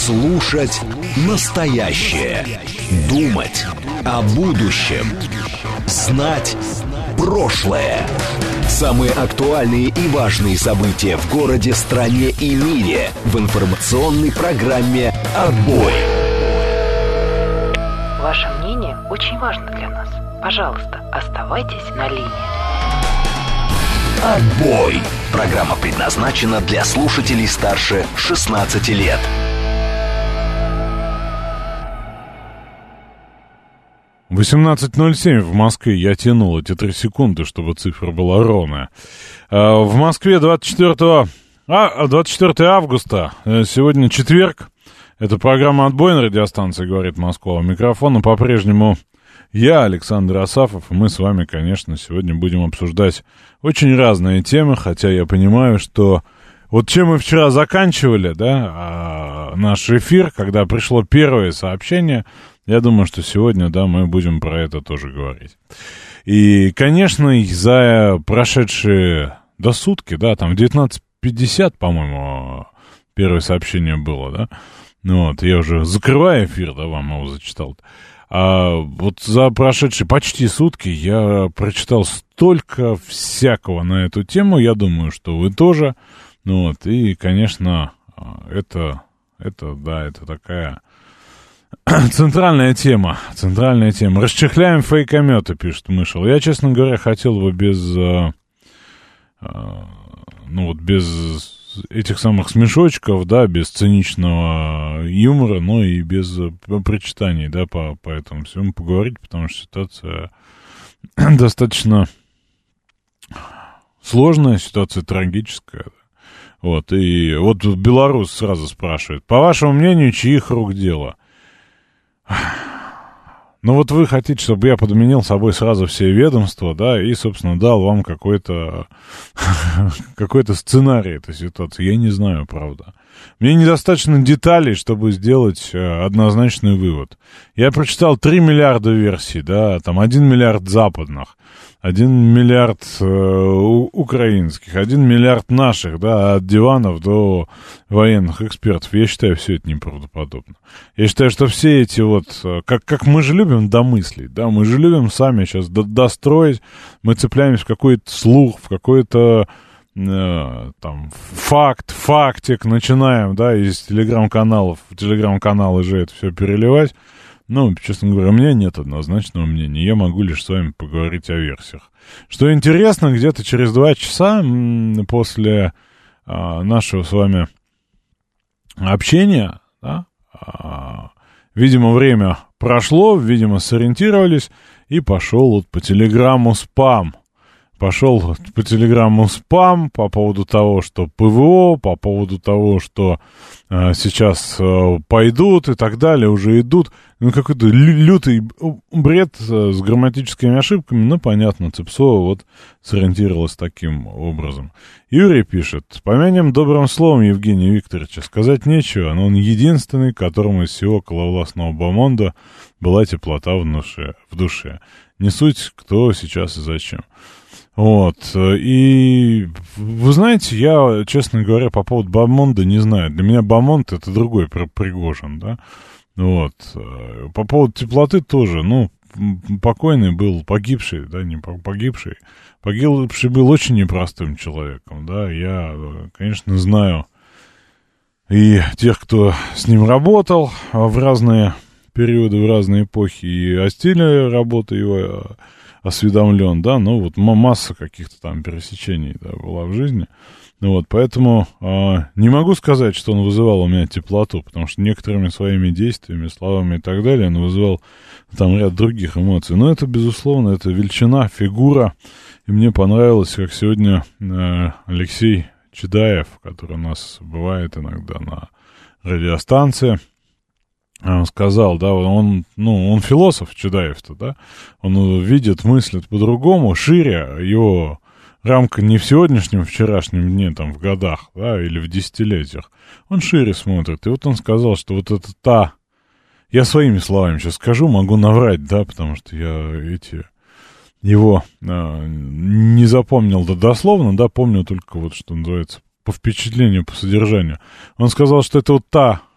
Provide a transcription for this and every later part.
Слушать настоящее. Думать о будущем. Знать прошлое. Самые актуальные и важные события в городе, стране и мире в информационной программе «Отбой». Ваше мнение очень важно для нас. Пожалуйста, оставайтесь на линии. «Отбой». Программа предназначена для слушателей старше 16 лет. 18:07 в Москве. Я тянул эти 3 секунды, чтобы цифра была ровная. В Москве 24 августа. Сегодня четверг. Это программа «Отбой» на радиостанции «Говорит Москва». У микрофона по-прежнему я, Александр Асафов. И мы с вами, конечно, сегодня будем обсуждать очень разные темы. Хотя я понимаю, что вот чем мы вчера заканчивали, да, наш эфир, когда пришло первое сообщение, я думаю, что сегодня, да, мы будем про это тоже говорить. И, конечно, за прошедшие сутки, да, там в 19:50, по-моему, первое сообщение было, да, ну вот, я уже закрываю эфир, да, вам его зачитал. А вот за прошедшие почти сутки я прочитал столько всякого на эту тему, я думаю, что вы тоже, ну вот, и, конечно, это такая... Центральная тема. Расчехляем фейкометы, пишет Мышел. Я, честно говоря, хотел бы без этих самых смешочков, да, без циничного юмора, но и без прочитаний, да, по этому всему поговорить, потому что ситуация достаточно сложная, ситуация трагическая. Вот, и вот белорус сразу спрашивает, по вашему мнению, чьих рук дело? Ну вот вы хотите, чтобы я подменил собой сразу все ведомства, да, и, собственно, дал вам какой-то сценарий этой ситуации. Я не знаю, правда. Мне недостаточно деталей, чтобы сделать однозначный вывод. Я прочитал 3 миллиарда версий, да, там 1 миллиард западных, 1 миллиард украинских, 1 миллиард наших, да, от диванов до военных экспертов. Я считаю, все это неправдоподобно. Я считаю, что все эти вот, как мы же любим домыслить, да, мы же любим сами сейчас достроить, мы цепляемся в какой-то слух, в какой-то там фактик, начинаем, да, из телеграм-каналов, в телеграм-каналы же это все переливать. Ну, честно говоря, у меня нет однозначного мнения, я могу лишь с вами поговорить о версиях. Что интересно, где-то через 2 часа после нашего с вами общения, да, видимо, время прошло, видимо, сориентировались, и пошел вот по телеграмму спам. Пошел по телеграмму спам по поводу того, что ПВО, по поводу того, что сейчас пойдут и так далее, уже идут. Ну, какой-то лютый бред с грамматическими ошибками, ну, понятно, Цепцова вот сориентировалась таким образом. Юрий пишет, помянем добрым словом Евгения Викторовича, сказать нечего, но он единственный, которому из всего околовластного бомонда была теплота в душе. Не суть, кто сейчас и зачем. Вот, и вы знаете, я, честно говоря, по поводу Бомонда не знаю. Для меня Бомонд — это другой Пригожин, да. Вот, по поводу теплоты тоже, ну, покойный был, погибший, да, не погибший. Погибший был очень непростым человеком, да. Я, конечно, знаю и тех, кто с ним работал в разные периоды, в разные эпохи, и о стиле работы его осведомлен, да, ну вот масса каких-то там пересечений, да, была в жизни, ну вот, поэтому не могу сказать, что он вызывал у меня теплоту, потому что некоторыми своими действиями, словами и так далее он вызывал там ряд других эмоций, но это, безусловно, это величина, фигура, и мне понравилось, как сегодня Алексей Чедаев, который у нас бывает иногда на радиостанции, сказал, да, он философ, Чедаев-то, да, он видит, мыслит по-другому, шире, его рамка не в сегодняшнем, вчерашнем дне, там, в годах, да, или в десятилетиях, он шире смотрит, и вот он сказал, что вот это я своими словами сейчас скажу, могу наврать, да, потому что я его не запомнил дословно, да, помню только вот, что называется, по впечатлению, по содержанию, он сказал, что это вот та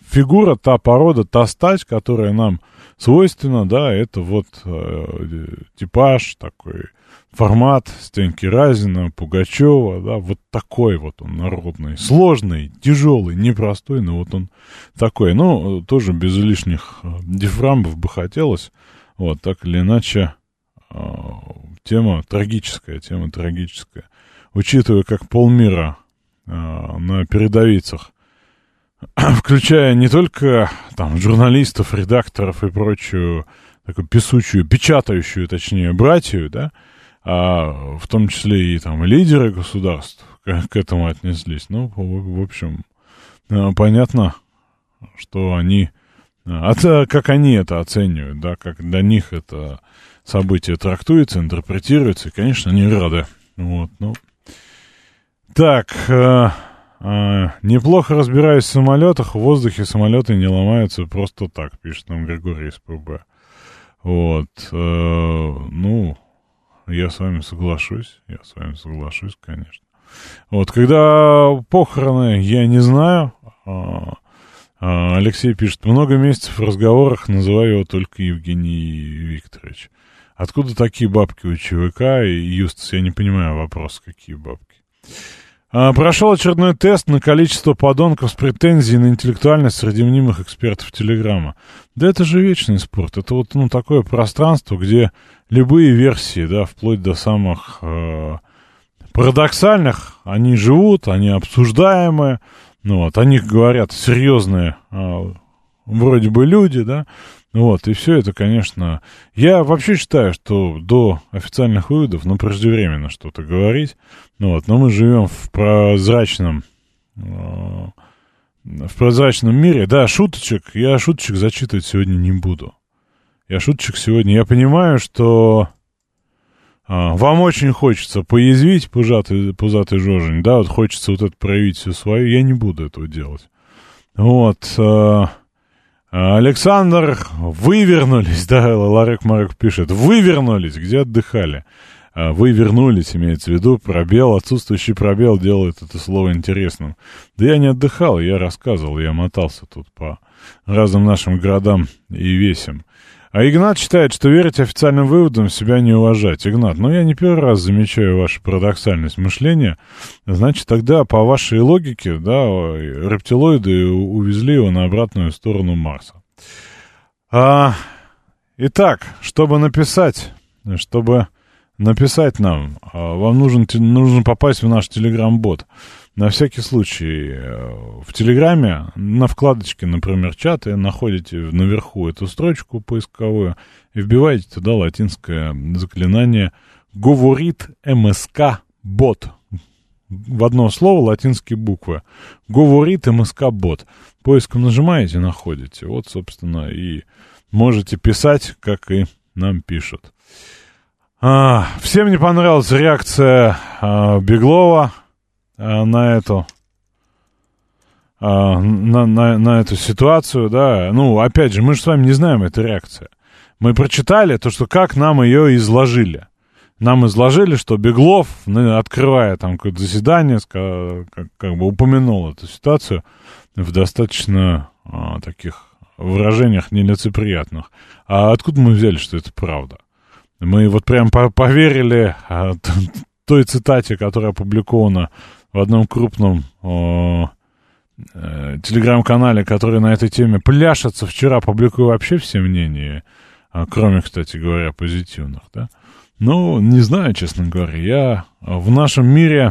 фигура, та порода, та стать, которая нам свойственна, да, это вот типаж такой, формат Стеньки Разина, Пугачева, да, вот такой вот он народный, сложный, тяжелый, непростой, но вот он такой, ну, тоже без лишних дифрамбов бы хотелось, вот, так или иначе, тема трагическая, учитывая, как полмира на передовицах, включая не только там журналистов, редакторов и прочую такую писучую, печатающую, точнее, братью, да, а в том числе и там лидеры государств к этому отнеслись. Ну, в общем, понятно, что они, как они это оценивают, да, как для них это событие трактуется, интерпретируется, и, конечно, они рады. Вот, ну. Так, неплохо разбираюсь в самолетах, в воздухе самолеты не ломаются просто так, пишет нам Григорий из ПБ. Вот, ну, я с вами соглашусь, конечно. Вот, когда похороны, я не знаю, Алексей пишет, много месяцев в разговорах, называю его только Евгений Викторович. Откуда такие бабки у ЧВК и Юстас? Я не понимаю вопрос, какие бабки. Прошел очередной тест на количество подонков с претензией на интеллектуальность среди мнимых экспертов Телеграма. Да это же вечный спорт. Это вот, ну, такое пространство, где любые версии, да, вплоть до самых парадоксальных, они живут, они обсуждаемые, ну, вот, о них говорят серьезные вроде бы люди, да, вот, и все это, конечно... Я вообще считаю, что до официальных выводов, ну, преждевременно что-то говорить, ну, вот, но мы живем в прозрачном мире. Да, я шуточек зачитывать сегодня не буду. Я понимаю, что вам очень хочется поязвить, пузатый Жожень, да, вот хочется вот это проявить все свое, я не буду этого делать. Вот, Александр, вывернулись, да, Ларек Марек пишет, вывернулись, где отдыхали? Вы вернулись, имеется в виду, пробел, отсутствующий пробел делает это слово интересным. Да я не отдыхал, я рассказывал, я мотался тут по разным нашим городам и весям. А Игнат считает, что верить официальным выводам себя не уважать. Игнат, ну я не первый раз замечаю вашу парадоксальность мышления. Значит, тогда по вашей логике, да, рептилоиды увезли его на обратную сторону Марса. Итак, чтобы написать нам, вам нужно попасть в наш Телеграм-бот. На всякий случай, в Телеграме на вкладочке, например, чаты, находите наверху эту строчку поисковую и вбиваете туда латинское заклинание «Говорит МСК бот». В одно слово латинские буквы. «Говорит МСК бот». Поиском нажимаете, находите. Вот, собственно, и можете писать, как и нам пишут. Всем не понравилась реакция Беглова на эту ситуацию, да. Ну, опять же, мы же с вами не знаем этой реакции. Мы прочитали то, что как нам ее изложили. Нам изложили, что Беглов, открывая там какое-то заседание, как бы упомянул эту ситуацию в достаточно таких выражениях нелицеприятных. А откуда мы взяли, что это правда? Мы вот прям поверили той цитате, которая опубликована в одном крупном телеграм-канале, который на этой теме пляшется. Вчера публикую вообще все мнения, кроме, кстати говоря, позитивных, да. Ну, не знаю, честно говоря. Я в нашем мире,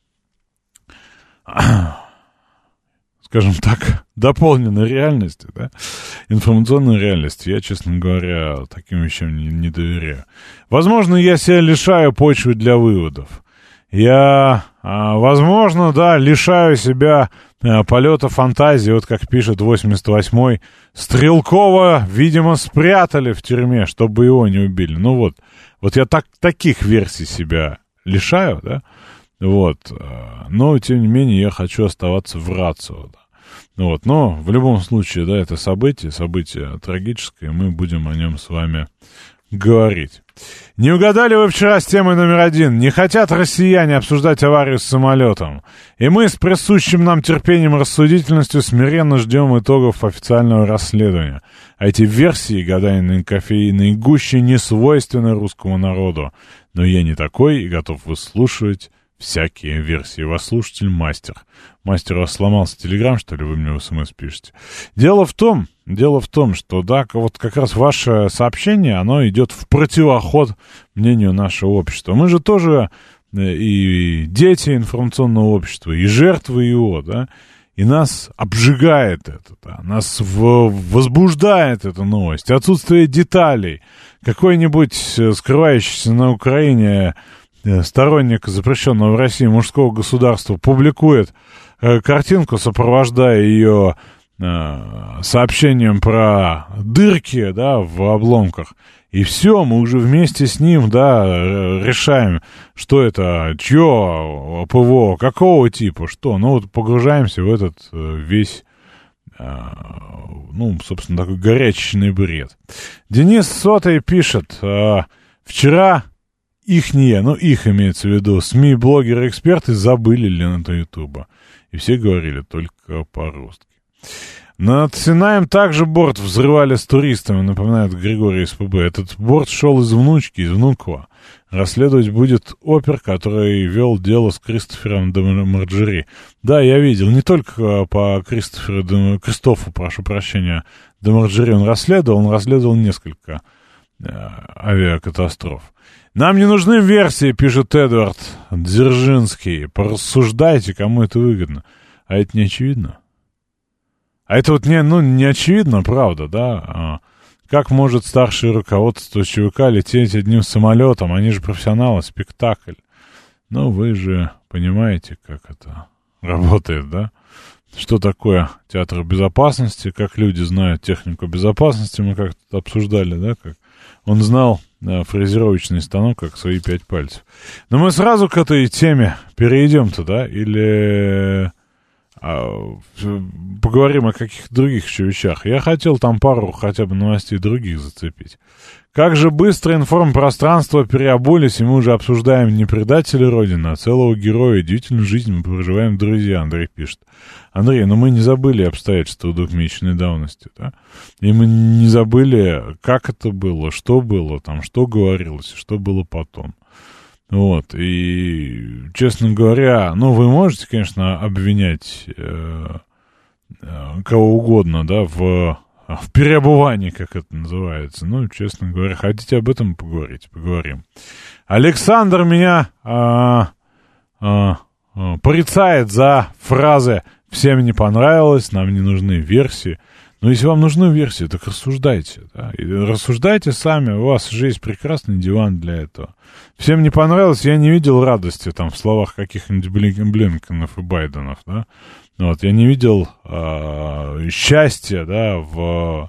скажем так, дополненной реальности, да, информационной реальности, я, честно говоря, таким вещам не доверяю. Возможно, я себя лишаю почвы для выводов. Я, возможно, да, лишаю себя полета фантазии, вот как пишет 88-й, Стрелкова, видимо, спрятали в тюрьме, чтобы его не убили. Ну вот я таких версий себя лишаю, да, вот, но, тем не менее, я хочу оставаться в рацио, да. Вот, но в любом случае, да, это событие трагическое, мы будем о нем с вами говорить. Не угадали вы вчера с темой номер 1. Не хотят россияне обсуждать аварию с самолетом. И мы с присущим нам терпением и рассудительностью смиренно ждем итогов официального расследования. А эти версии, гадания на кофеиной гуще, не свойственны русскому народу. Но я не такой и готов выслушивать всякие версии. Ваш слушатель мастер. Мастер, у вас сломался телеграм, что ли, вы мне в СМС пишете? Дело в том, что, да, вот как раз ваше сообщение, оно идет в противоход мнению нашего общества. Мы же тоже и дети информационного общества, и жертвы его, да, и нас обжигает это, да, нас возбуждает эта новость. Отсутствие деталей. Какой-нибудь скрывающийся на Украине сторонник запрещенного в России мужского государства публикует картинку, сопровождая ее сообщением про дырки, да, в обломках. И все, мы уже вместе с ним, да, решаем, что это, чье ПВО, какого типа, что. Ну, вот погружаемся в этот весь, ну, собственно, такой горячечный бред. Денис Сотый пишет, вчера ихние, ну, их имеется в виду, СМИ, блогеры, эксперты забыли Лената Ютуба. И все говорили только по-русски. Над Синаем также борт взрывали с туристами, напоминает Григорий СПБ. Этот борт шел из Внучки, из Внуково. Расследовать будет опер, который вел дело с Кристофером де Марджери. Да, я видел, не только по Кристофу, прошу прощения, де Марджери он расследовал несколько авиакатастроф. Нам не нужны версии, пишет Эдвард Дзержинский. Порассуждайте, кому это выгодно. А это не очевидно? А это вот не очевидно, правда, да? Как может старшее руководство ЧВК лететь одним самолетом? Они же профессионалы, спектакль. Ну, вы же понимаете, как это работает, да? Что такое театр безопасности, как люди знают технику безопасности, мы как-то обсуждали, да, как он знал фрезеровочный станок, как свои 5 пальцев. Но мы сразу к этой теме перейдем-то, да, или поговорим о каких-то других еще вещах. Я хотел там пару хотя бы новостей других зацепить. Как же быстро информпространство переобулись, и мы уже обсуждаем не предателя Родины, а целого героя. Удивительную жизнь мы проживаем, друзья, Андрей пишет. Андрей, но мы не забыли обстоятельства двухмесячной давности, да? И мы не забыли, как это было, что там, что говорилось, что было потом. Вот, и, честно говоря, ну, вы можете, конечно, обвинять кого угодно, да, в переобувании, как это называется. Ну, честно говоря, хотите об этом поговорить? Поговорим. Александр меня порицает за фразы «всем не понравилось», «нам не нужны версии». Но если вам нужны версии, так рассуждайте. Да? И рассуждайте сами, у вас же есть прекрасный диван для этого. Всем не понравилось, я не видел радости там в словах каких-нибудь Блинкенов и Байденов, да. Вот, я не видел счастья, да, в,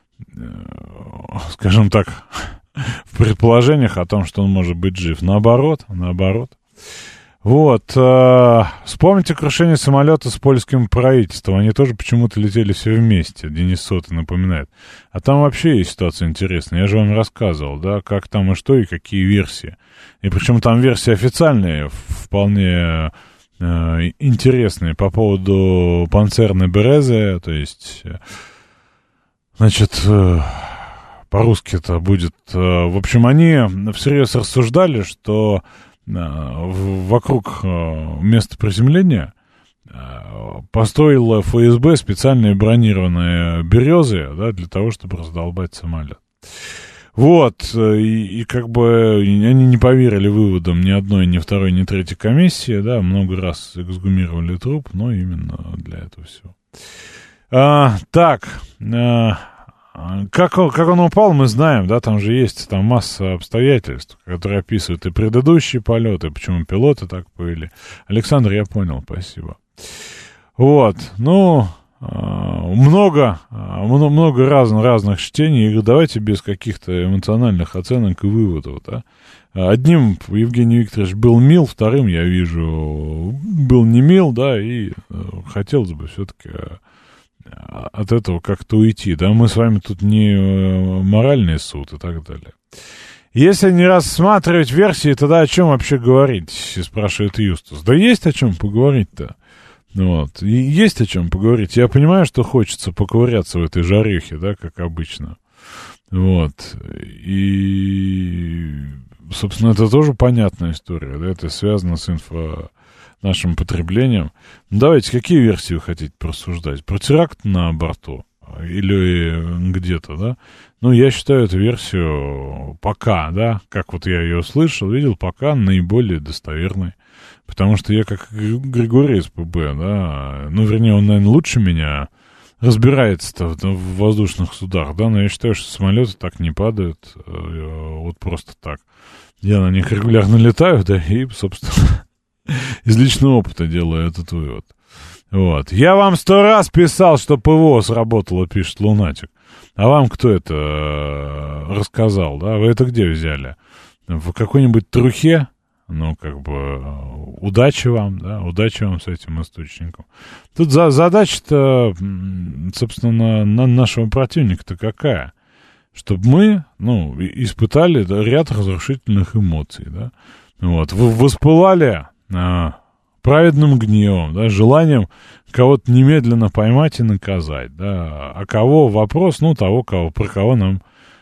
скажем так, в предположениях о том, что он может быть жив. Наоборот. Вот, вспомните крушение самолета с польским правительством. Они тоже почему-то летели все вместе, Денис Сотый напоминает. А там вообще есть ситуация интересная. Я же вам рассказывал, да, как там и что, и какие версии. И причем там версии официальные, вполне интересные по поводу Панцерной Березе. То есть, значит, по-русски это будет... В общем, они всерьез рассуждали, что... вокруг места приземления построила ФСБ специальные бронированные березы, да, для того, чтобы раздолбать самолет. Вот, и как бы они не поверили выводам ни одной, ни второй, ни третьей комиссии, да, много раз эксгумировали труп, но именно для этого всего. Как он упал, мы знаем, да, там же есть там масса обстоятельств, которые описывают и предыдущие полеты, почему пилоты так плыли. Александр, я понял, спасибо. Вот, ну, много разных чтений, и давайте без каких-то эмоциональных оценок и выводов, да. Одним Евгений Викторович был мил, вторым, я вижу, был не мил, да, и хотелось бы все-таки от этого как-то уйти, да, мы с вами тут не моральный суд и так далее. Если не рассматривать версии, тогда о чем вообще говорить, спрашивает Юстус. Да есть о чем поговорить-то. Вот. И есть о чем поговорить. Я понимаю, что хочется поковыряться в этой жарехе, да, как обычно. Вот. И, собственно, это тоже понятная история, да, это связано с нашим потреблением. Давайте, какие версии вы хотите просуждать? Про теракт на борту? Или где-то, да? Ну, я считаю эту версию пока, да, как вот я ее слышал, видел, пока наиболее достоверной. Потому что я как Григорий СПБ, да, ну, вернее, он, наверное, лучше меня разбирается-то в воздушных судах, да, но я считаю, что самолеты так не падают, вот просто так. Я на них регулярно летаю, да, и, собственно, из личного опыта делаю этот вывод. Вот. Я вам 100 раз писал, что ПВО сработало, пишет Лунатик. А вам кто это рассказал, да? Вы это где взяли? В какой-нибудь трухе? Ну, как бы, удачи вам, да? Удачи вам с этим источником. Тут задача-то, собственно, на нашего противника-то какая? Чтобы мы, ну, испытали ряд разрушительных эмоций, да? Вот. Воспылали праведным гневом, да, желанием кого-то немедленно поймать и наказать, да, а кого вопрос, ну, того, про кого нам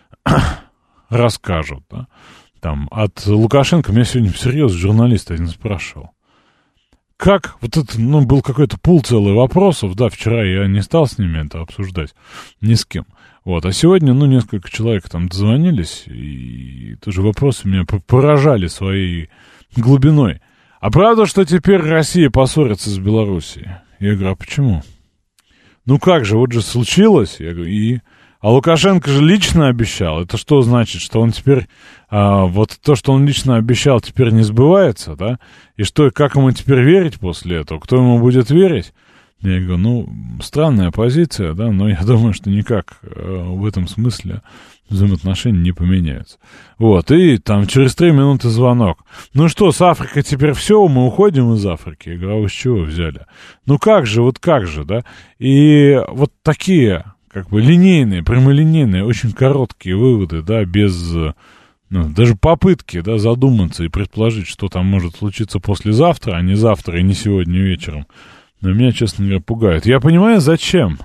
расскажут, да. Там, от Лукашенко меня сегодня всерьез журналист один спрашивал, как, вот это, ну, был какой-то пул целый вопросов, да, вчера я не стал с ними это обсуждать, ни с кем, вот, а сегодня, ну, несколько человек там дозвонились, и тоже вопросы меня поражали своей глубиной. А правда, что теперь Россия поссорится с Белоруссией? Я говорю, а почему? Ну как же, вот же случилось. Я говорю, а Лукашенко же лично обещал. Это что значит, что он теперь, вот то, что он лично обещал, теперь не сбывается, да? И что, как ему теперь верить после этого? Кто ему будет верить? Я говорю, ну, странная позиция, да, но я думаю, что никак в этом смысле взаимоотношения не поменяются. Вот, и там через 3 минуты звонок. Ну что, с Африкой теперь все, мы уходим из Африки. Я говорю, а вы с чего взяли? Ну как же, да? И вот такие, как бы, линейные, прямолинейные, очень короткие выводы, да, без, ну, даже попытки, да, задуматься и предположить, что там может случиться послезавтра, а не завтра и не сегодня вечером. Но меня, честно говоря, пугает. Я понимаю, зачем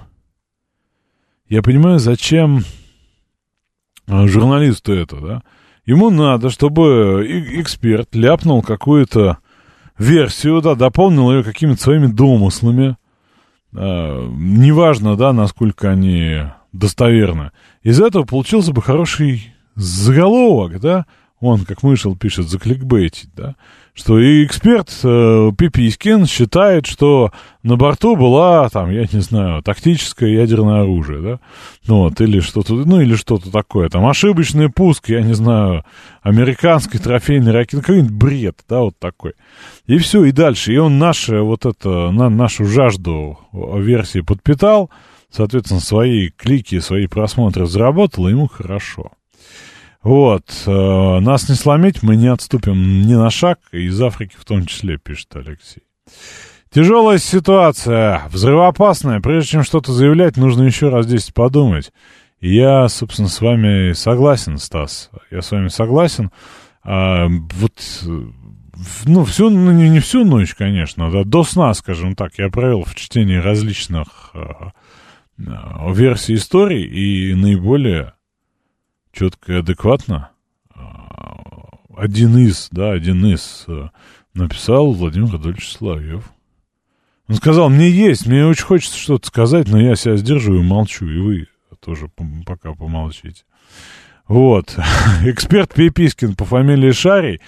журналисту это, да? Ему надо, чтобы эксперт ляпнул какую-то версию, да, дополнил ее какими-то своими домыслами. Неважно, да, насколько они достоверны. Из этого получился бы хороший заголовок, да? Он, как Мышел пишет, закликбейтить, да? Что и эксперт Пипискин считает, что на борту была, там, я не знаю, тактическое ядерное оружие, да? Ну, вот, или что-то такое, там, ошибочный пуск, я не знаю, американской трофейной ракеты, какой-нибудь бред, да, вот такой. И все, и дальше. И он нашу жажду версии подпитал, соответственно, свои клики, свои просмотры заработал, и ему хорошо. Вот, нас не сломить, мы не отступим ни на шаг, из Африки в том числе, пишет Алексей. Тяжелая ситуация, взрывоопасная, прежде чем что-то заявлять, нужно еще раз 10 подумать. И я, собственно, с вами согласен, Стас, я с вами согласен. Вот, ну, не всю ночь, конечно, да, до сна, скажем так, я провел в чтении различных версий историй, и наиболее четко и адекватно один из написал Владимир Адольфович Соловьев. Он сказал, мне очень хочется что-то сказать, но я себя сдерживаю и молчу, и вы тоже пока помолчите. Вот. Эксперт Пипискин по фамилии Шарий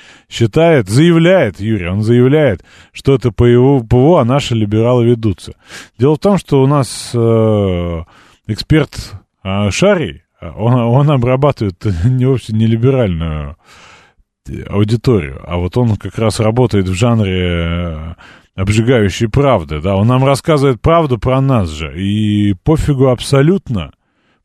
заявляет, что это по его ПВО, а наши либералы ведутся. Дело в том, что у нас эксперт Шарий, он обрабатывает вовсе не либеральную аудиторию, а вот он как раз работает в жанре обжигающей правды, да, он нам рассказывает правду про нас же, и пофигу абсолютно,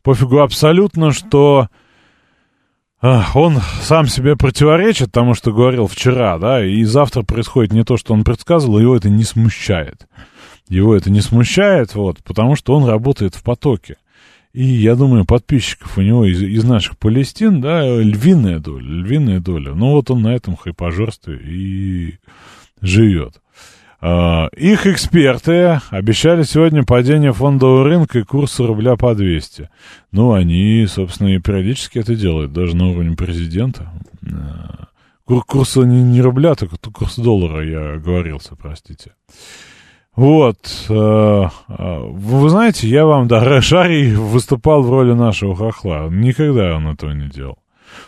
что он сам себе противоречит тому, что говорил вчера, да, и завтра происходит не то, что он предсказывал, его это не смущает. его это не смущает, вот, потому что он работает в потоке. И, я думаю, подписчиков у него из наших Палестин, да, львиная доля. Ну, вот он на этом хайпажорстве и живет. Их эксперты обещали сегодня падение фондового рынка и курса рубля по 200. Ну, они, собственно, и периодически это делают, даже на уровне президента. Курс не рубля, только курс доллара, я оговорился, простите. Вот. Вы знаете, я вам, да, Шарий выступал в роли нашего хохла. Никогда он этого не делал.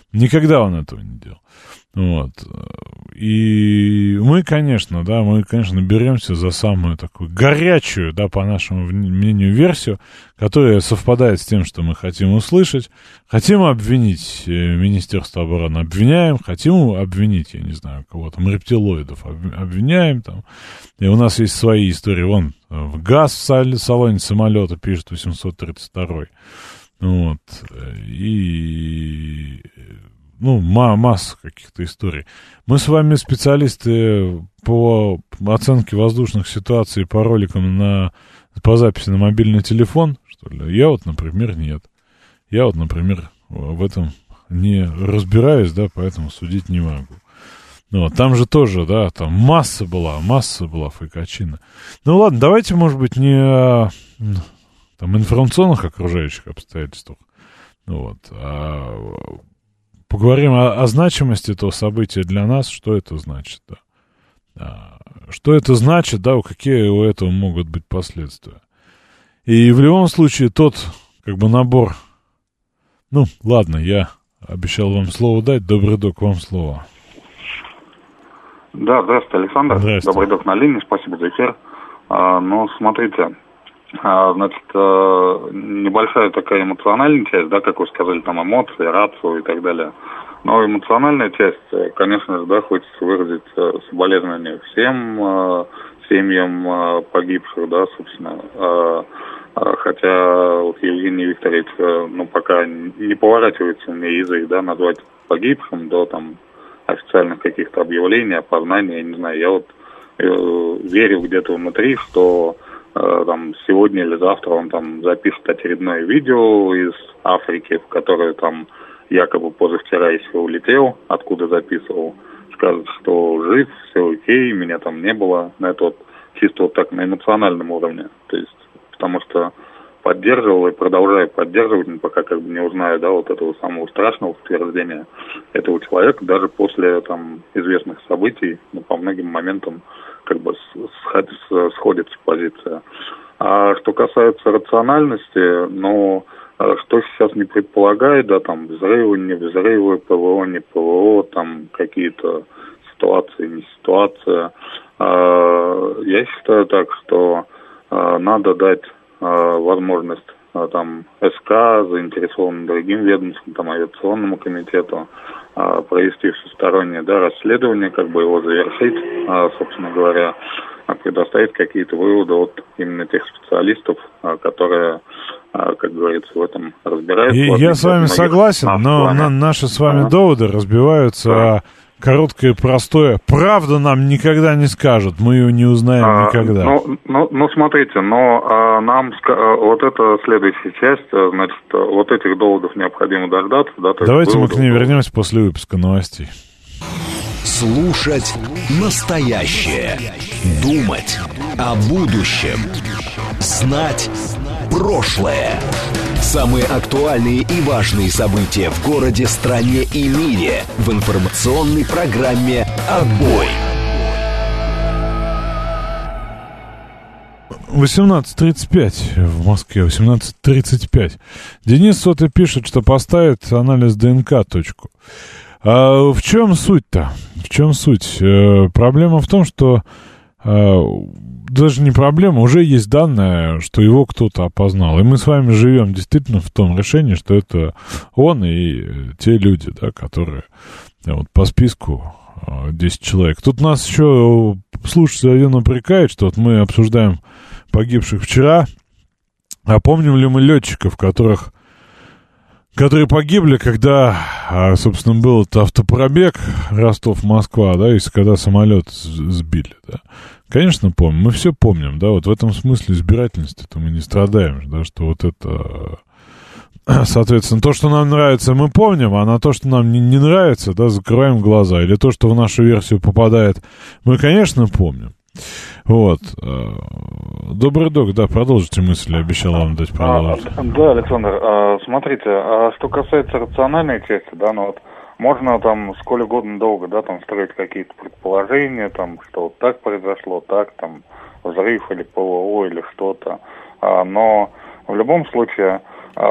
Вот. И мы, конечно, беремся за самую такую горячую, да, по нашему мнению, версию, которая совпадает с тем, что мы хотим услышать. Хотим обвинить Министерство обороны, обвиняем. Хотим обвинить, я не знаю, кого там, рептилоидов, обвиняем там. И у нас есть свои истории. Вон, газ в салоне самолета пишет 832-й. Вот. И... Ну, масса каких-то историй. Мы с вами специалисты по оценке воздушных ситуаций по роликам по записи на мобильный телефон, что ли? Я вот, например, нет. Я вот, например, в этом не разбираюсь, да, поэтому судить не могу. Ну, вот, там же тоже, да, там масса была фейкачина. Ну, ладно, давайте, может быть, не о там, информационных окружающих обстоятельствах, вот, а поговорим о значимости этого события для нас, что это значит, да. Что это значит, да, какие у этого могут быть последствия. И в любом случае тот, как бы, набор... Ну, ладно, я обещал вам слово дать. Добрый док, вам слово. Да, здравствуйте, Александр. Здравствуйте. Добрый док на линии, спасибо за эфир. Ну, смотрите, значит, небольшая такая эмоциональная часть, да, как вы сказали, там эмоции, рацию и так далее. Но эмоциональная часть, конечно же, да, хочется выразить соболезнования всем семьям погибших, да, собственно. Хотя вот Евгений Викторович, ну, пока не поворачивается у меня язык, да, назвать погибшим до там официальных каких-то объявлений, опознаний, я не знаю, я вот верю где-то внутри, что там сегодня или завтра он там запишет очередное видео из Африки, в которое там якобы позавчера еще улетел, откуда записывал, скажет, что жив, все окей, меня там не было, на это вот чисто вот так на эмоциональном уровне, то есть, потому что поддерживал и продолжаю поддерживать, пока как бы не узнаю, да, вот этого самого страшного утверждения этого человека, даже после там известных событий, ну, по многим моментам как бы сходится позиция. А что касается рациональности, ну, что сейчас не предполагает, да, там, взрывы, не взрывы, ПВО, не ПВО, там, какие-то ситуации, не ситуация. Я считаю так, что надо дать возможность там СК, заинтересованным другим ведомствам, там, авиационному комитету, провести всестороннее, да, расследование, как бы его завершить, собственно говоря, предоставить какие-то выводы от именно тех специалистов, которые, как говорится, в этом разбираются. И я с вами согласен, но наши с вами доводы разбиваются короткое и простое. Правда нам никогда не скажут, мы ее не узнаем никогда. Ну, смотрите, но нам вот это следующая часть, значит, вот этих доводов необходимо дождаться. Да, давайте мы к ней вернемся после выпуска новостей. Слушать настоящее. Думать о будущем. Знать прошлое. Самые актуальные и важные события в городе, стране и мире в информационной программе «Отбой». 18:35 в Москве, 18:35. Денис Соты пишет, что поставит анализ ДНК точку. А в чем суть-то? В чем суть? Проблема в том, что даже не проблема, уже есть данные, что его кто-то опознал. И мы с вами живем действительно в том решении, что это он и те люди, да, которые вот по списку 10 человек. Тут нас еще слушатель один упрекает, что вот мы обсуждаем погибших вчера, а помним ли мы летчиков, которых которые погибли, когда, собственно, был этот автопробег Ростов-Москва, да, и когда самолет сбили, да. Конечно, помним, мы все помним, да, вот в этом смысле избирательности-то мы не страдаем, да, что вот это, соответственно, то, что нам нравится, мы помним, а на то, что нам не нравится, да, закрываем глаза, или то, что в нашу версию попадает, мы, конечно, помним. Вот. Добрый док, да, продолжите мысль, я обещал вам дать продолжить. Да, Александр, смотрите, что касается рациональной части, да, ну вот можно там сколь угодно долго, да, там строить какие-то предположения, там, что вот так произошло, так, там, взрыв или ПВО или что-то, но в любом случае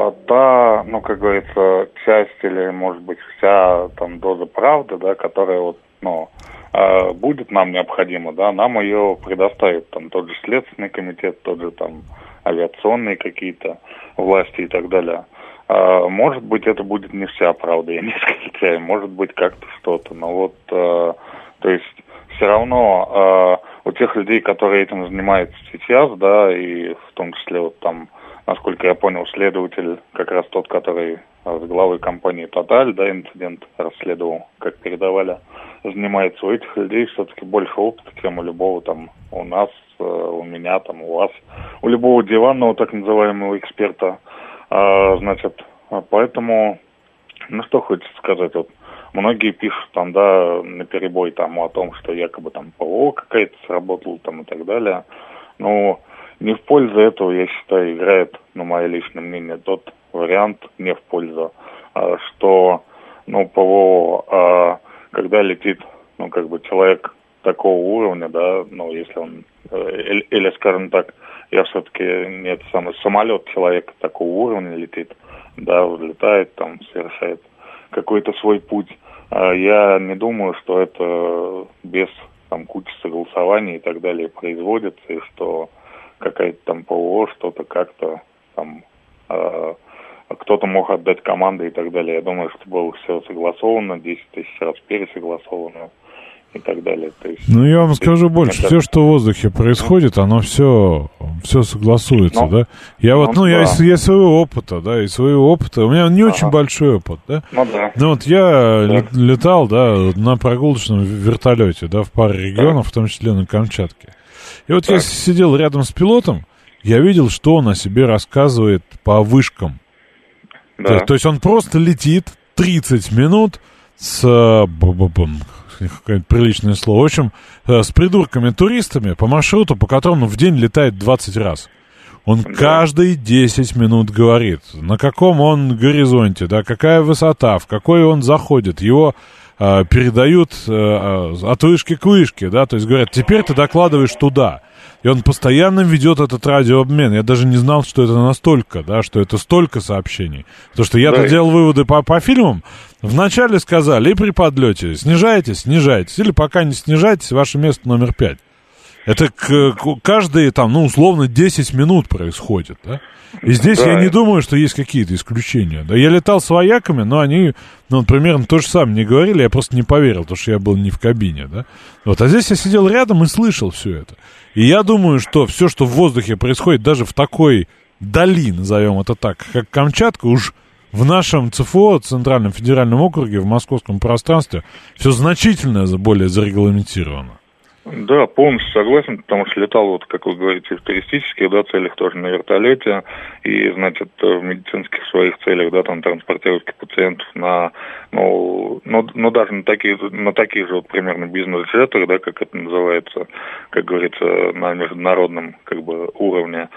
та, ну, как говорится, часть или, может быть, вся там доза правды, да, которая вот, ну, будет нам необходимо, да, нам ее предоставит там тот же Следственный комитет, тот же там авиационные какие-то власти и так далее. Может быть, это будет не вся правда, я не исключаю, может быть, как-то что-то, но вот, то есть, все равно у тех людей, которые этим занимаются сейчас, да, и в том числе вот там, насколько я понял, следователь, как раз тот, который с главой компании «Тоталь», да, инцидент расследовал, как передавали, занимается, у этих людей все-таки больше опыта, чем у любого там, у нас, у меня, там, у вас, у любого диванного, так называемого, эксперта. Значит, поэтому, ну, что хочется сказать, вот, многие пишут там, да, наперебой там о том, что якобы там ПВО какая-то сработала там и так далее, но не в пользу этого, я считаю, играет, ну, мое личное мнение, тот вариант не в пользу, что, ну, ПВО, когда летит, ну, как бы человек такого уровня, да, ну, если он, или, скажем так, я все-таки, нет, самый самолет человека такого уровня летит, да, взлетает, там, совершает какой-то свой путь, я не думаю, что это без, там, кучи согласований и так далее производится, и что какая-то там ПВО, что-то как-то там кто-то мог отдать команды и так далее. Я думаю, что было все согласовано, 10 тысяч раз пересогласовано и так далее. То есть, ну, я вам скажу больше. Все, что в воздухе происходит, оно все согласуется, да? Я вот, ну, да. я своего опыта, да, у меня не очень большой опыт, да? Ну, да. Ну, вот я летал, да, на прогулочном вертолете, да, в паре регионов, в том числе на Камчатке. И вот я сидел рядом с пилотом, я видел, что он о себе рассказывает по вышкам. Да. То есть он просто летит 30 минут с... какое-то приличное слово. В общем, с придурками-туристами по маршруту, по которому в день летает 20 раз. Он каждые 10 минут говорит, на каком он горизонте, да, какая высота, в какой он заходит. Его передают от вышки к вышке, да, то есть говорят, теперь ты докладываешь туда. И он постоянно ведет этот радиообмен. Я даже не знал, что это настолько, да, что это столько сообщений. Потому что я-то делал выводы по фильмам. Вначале сказали, и при подлете снижайтесь, или пока не снижайтесь, ваше место номер 5. Это каждые, там, ну, условно, 10 минут происходит, да. И здесь я не думаю, что есть какие-то исключения. Да, я летал с вояками, но они, ну, примерно то же самое мне говорили, я просто не поверил, потому что я был не в кабине, да. Вот, а здесь я сидел рядом и слышал все это. И я думаю, что все, что в воздухе происходит, даже в такой дали, назовем это так, как Камчатка, уж в нашем ЦФО, Центральном федеральном округе, в московском пространстве, все значительно более зарегламентировано. Да, полностью согласен, потому что летал, вот, как вы говорите, в туристических, да, целях тоже на вертолете, и, значит, в медицинских своих целях, да, там, транспортировки пациентов на, даже на таких же, вот, примерно, бизнес-джетах, да, как это называется, как говорится, на международном, как бы, уровне,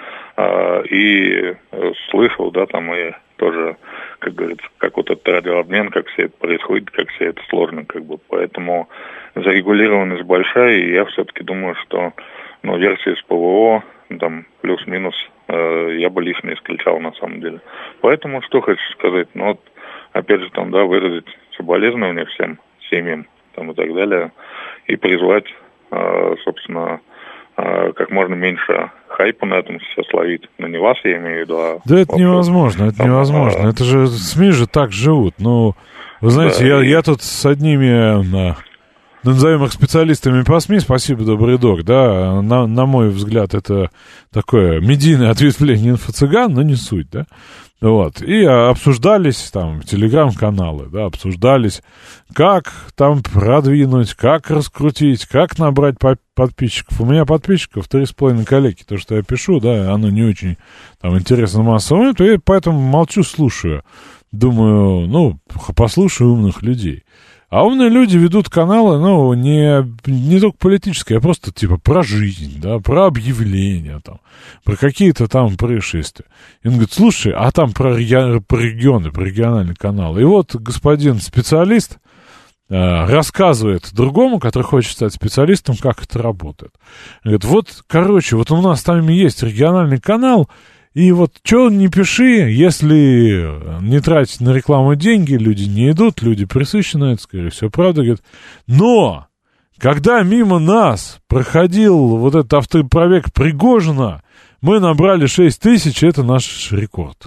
и слышал, да, там, и тоже, как говорится, как вот этот радиообмен, как все это происходит, как все это сложно, как бы, поэтому зарегулированность большая, и я все-таки думаю, что, ну, версии с ПВО, там, плюс-минус, я бы лично исключал, на самом деле. Поэтому, что хочу сказать, ну, вот, опять же, там, да, выразить соболезнования всем семьям, там, и так далее, и призвать, собственно, как можно меньше хайпа на этом сейчас ловить. Но не вас, я имею в виду, Да это невозможно, это невозможно. Это же СМИ же так живут. Ну, вы знаете, я тут с одними назовем их специалистами по СМИ, спасибо, добрый док, да, на мой взгляд, это такое медийное ответвление инфо-цыган, но не суть, да. Вот, и обсуждались там телеграм-каналы, да, обсуждались, как там продвинуть, как раскрутить, как набрать подписчиков. У меня подписчиков 3,5 коллеги, то, что я пишу, да, оно не очень там интересно массово, и поэтому молчу, слушаю. Думаю, ну, послушаю умных людей. А умные люди ведут каналы, ну, не только политические, а просто, типа, про жизнь, да, про объявления, там, про какие-то там происшествия. И он говорит, слушай, а там про регионы, про региональные каналы. И вот господин специалист рассказывает другому, который хочет стать специалистом, как это работает. Он говорит, вот, короче, вот у нас там есть региональный канал, и вот что не пиши, если не тратить на рекламу деньги, люди не идут, люди пресыщены, это, скорее всего, правда, говорит. Но, когда мимо нас проходил вот этот автопробег Пригожина, мы набрали 6 тысяч, это наш рекорд.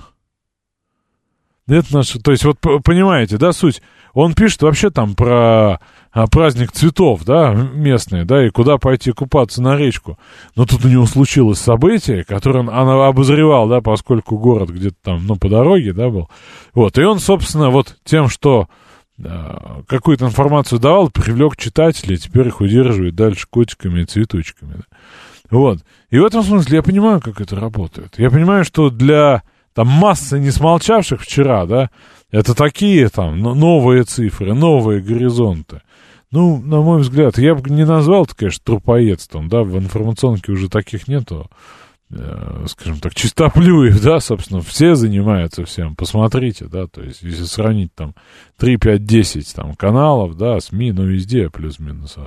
Это наш, то есть, вот понимаете, да, суть? Он пишет вообще там про праздник цветов, да, местный, да, и куда пойти купаться на речку. Но тут у него случилось событие, которое он обозревал, да, поскольку город где-то там, ну, по дороге, да, был. Вот, и он, собственно, вот тем, что какую-то информацию давал, привлек читателей, теперь их удерживает дальше котиками и цветочками. Да. Вот. И в этом смысле я понимаю, как это работает. Я понимаю, что для там массы не смолчавших вчера, да, это такие там новые цифры, новые горизонты. Ну, на мой взгляд, я бы не назвал это, конечно, трупоедством, да, в информационке уже таких нету, скажем так, чистоплюев, да, собственно, все занимаются всем, посмотрите, да, то есть, если сравнить там 3, 5, 10 там каналов, да, СМИ, ну, везде плюс-минус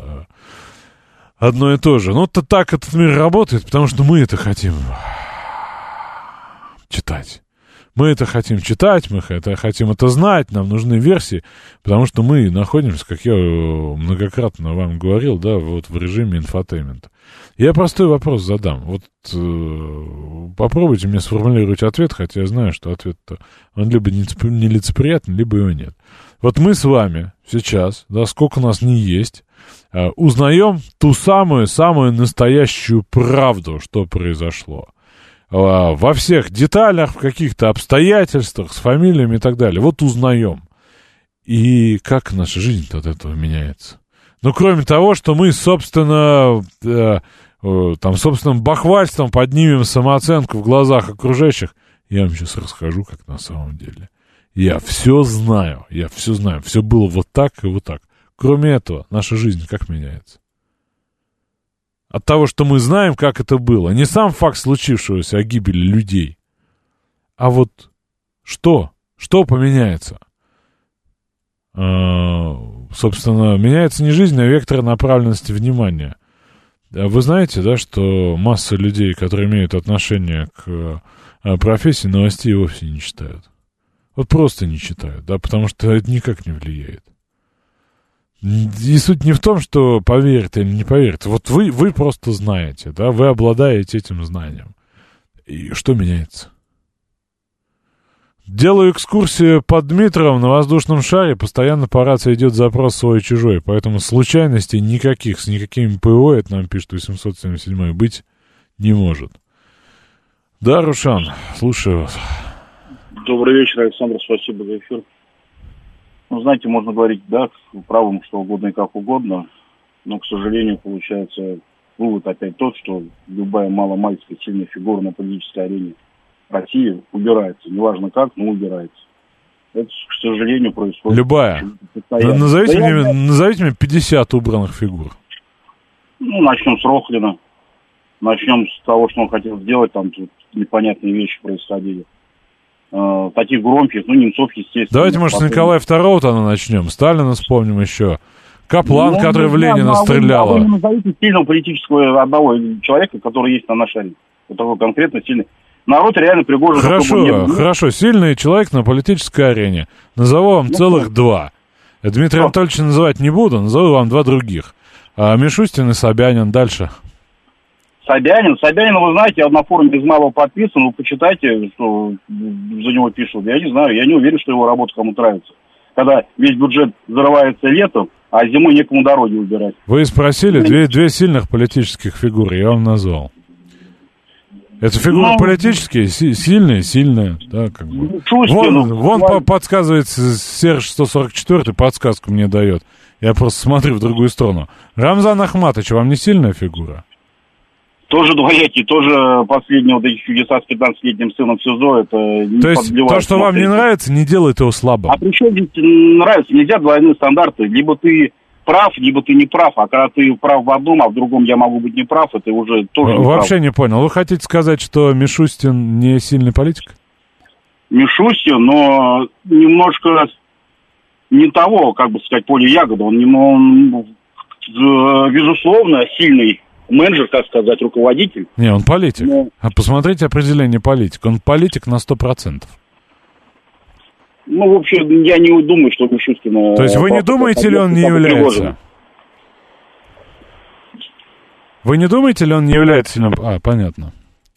одно и то же. Ну, то так этот мир работает, потому что мы это хотим читать. Мы это хотим читать, мы это хотим это знать, нам нужны версии, потому что мы находимся, как я многократно вам говорил, да, вот в режиме инфотеймента. Я простой вопрос задам. Вот попробуйте мне сформулировать ответ, хотя я знаю, что ответ-то он либо нелицеприятный, либо его нет. Вот мы с вами сейчас, да, сколько нас не есть, узнаем ту самую настоящую правду, что произошло. Во всех деталях, в каких-то обстоятельствах, с фамилиями и так далее. Вот узнаем. И как наша жизнь-то от этого меняется? Ну, кроме того, что мы, собственно, там, собственным бахвальством поднимем самооценку в глазах окружающих, я вам сейчас расскажу, как на самом деле. Я все знаю, все было вот так и вот так. Кроме этого, наша жизнь как меняется? От того, что мы знаем, как это было. Не сам факт случившегося о гибели людей. А вот что? Что поменяется? Собственно, меняется не жизнь, а вектор направленности внимания. Вы знаете, да, что масса людей, которые имеют отношение к профессии, новостей вовсе не читают. Вот просто не читают, да, потому что это никак не влияет. И суть не в том, что поверит или не поверит. Вот вы просто знаете, да, вы обладаете этим знанием. И что меняется? Делаю экскурсию под Дмитровым на воздушном шаре, постоянно по рации идет запрос свой-чужой, поэтому случайностей никаких, с никакими ПО, это нам пишет 877, быть не может. Да, Рушан, слушаю вас. Добрый вечер, Александр, спасибо за эфир. Ну, знаете, можно говорить, да, правым что угодно и как угодно, но, к сожалению, получается вывод опять тот, что любая маломальская сильная фигура на политической арене России убирается. Неважно как, но убирается. Это, к сожалению, происходит. Любая. Назовите мне 50 убранных фигур. Ну, начнем с Рохлина. Начнем с того, что он хотел сделать, там тут непонятные вещи происходили. Таких громких, ну, Немцов, естественно. Давайте, может, с Николая II-то начнем. Сталина вспомним еще. Каплан, который в Ленина стрелял. Вы назовите сильного политического одного человека, который есть на нашей арене. Вот такой конкретно сильный. Народ реально Пригожин. Хорошо. Сильный человек на политической арене. Назову вам целых два. Дмитрия Анатольевича называть не буду, назову вам два других. Мишустин и Собянин. Дальше. Собянин, вы знаете, я на форуме без малого подписан, вы почитайте, что за него пишут. Я не знаю, я не уверен, что его работа кому-то нравится. Когда весь бюджет взрывается летом, а зимой некому дороги убирать. Вы спросили две сильных политических фигуры, я вам назвал. Это фигуры политические, сильные, да, как бы. Вон подсказывает Серж 144, подсказку мне дает. Я просто смотрю в другую сторону. Рамзан Ахматович, вам не сильная фигура? Тоже двоякий, тоже последний вот эти чудеса с 15-летним сыном в СИЗО, это не то есть то, что вам не нравится, не делает его слабым? А причем здесь нравится, нельзя двойные стандарты. Либо ты прав, либо ты не прав. А когда ты прав в одном, а в другом я могу быть не прав, это уже тоже не вообще прав. Не понял. Вы хотите сказать, что Мишустин не сильный политик? Мишустин, но немножко не того, как бы сказать, поле ягоды. Он безусловно, сильный менеджер, как сказать, руководитель. Не, он политик. А посмотрите определение политика. Он политик на 100%. Ну, в общем, я не думаю, что Мишустин... То есть вы не думаете ли он не является? Вы не думаете ли он не является сильным... понятно.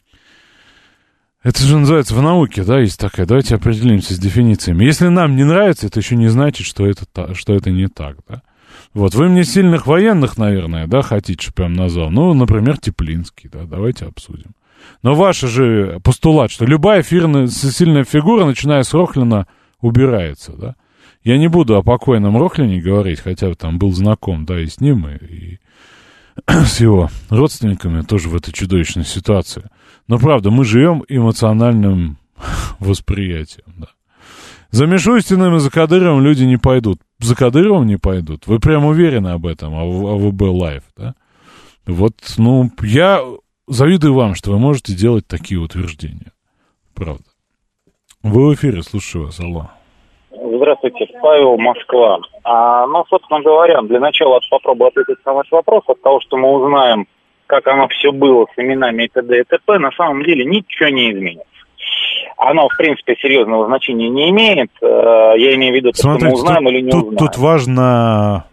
Это же называется в науке, да, есть такая. Давайте определимся с дефинициями. Если нам не нравится, это еще не значит, что это не так, да. Вот, вы мне сильных военных, наверное, да, хотите, чтобы я вам назвал. Ну, например, Теплинский, да, давайте обсудим. Но ваш же постулат, что любая сильная фигура, начиная с Рохлина, убирается, да. Я не буду о покойном Рохлине говорить, хотя там был знаком, да, и с ним, и с его родственниками тоже в этой чудовищной ситуации. Но, правда, мы живем эмоциональным восприятием, да. За Мишустиным и за Кадыровым люди не пойдут. За Кадыровым не пойдут. Вы прям уверены об этом, АВБ Лайв, да? Вот, ну, я завидую вам, что вы можете делать такие утверждения. Правда. Вы в эфире, слушаю вас, алло. Здравствуйте, Павел, Москва. Ну, собственно говоря, для начала попробую ответить на ваш вопрос. От того, что мы узнаем, как оно все было с именами и т.д. и т.п., на самом деле ничего не изменится. Оно, в принципе, серьезного значения не имеет. Я имею в виду, что мы узнаем или не узнаем. Тут важно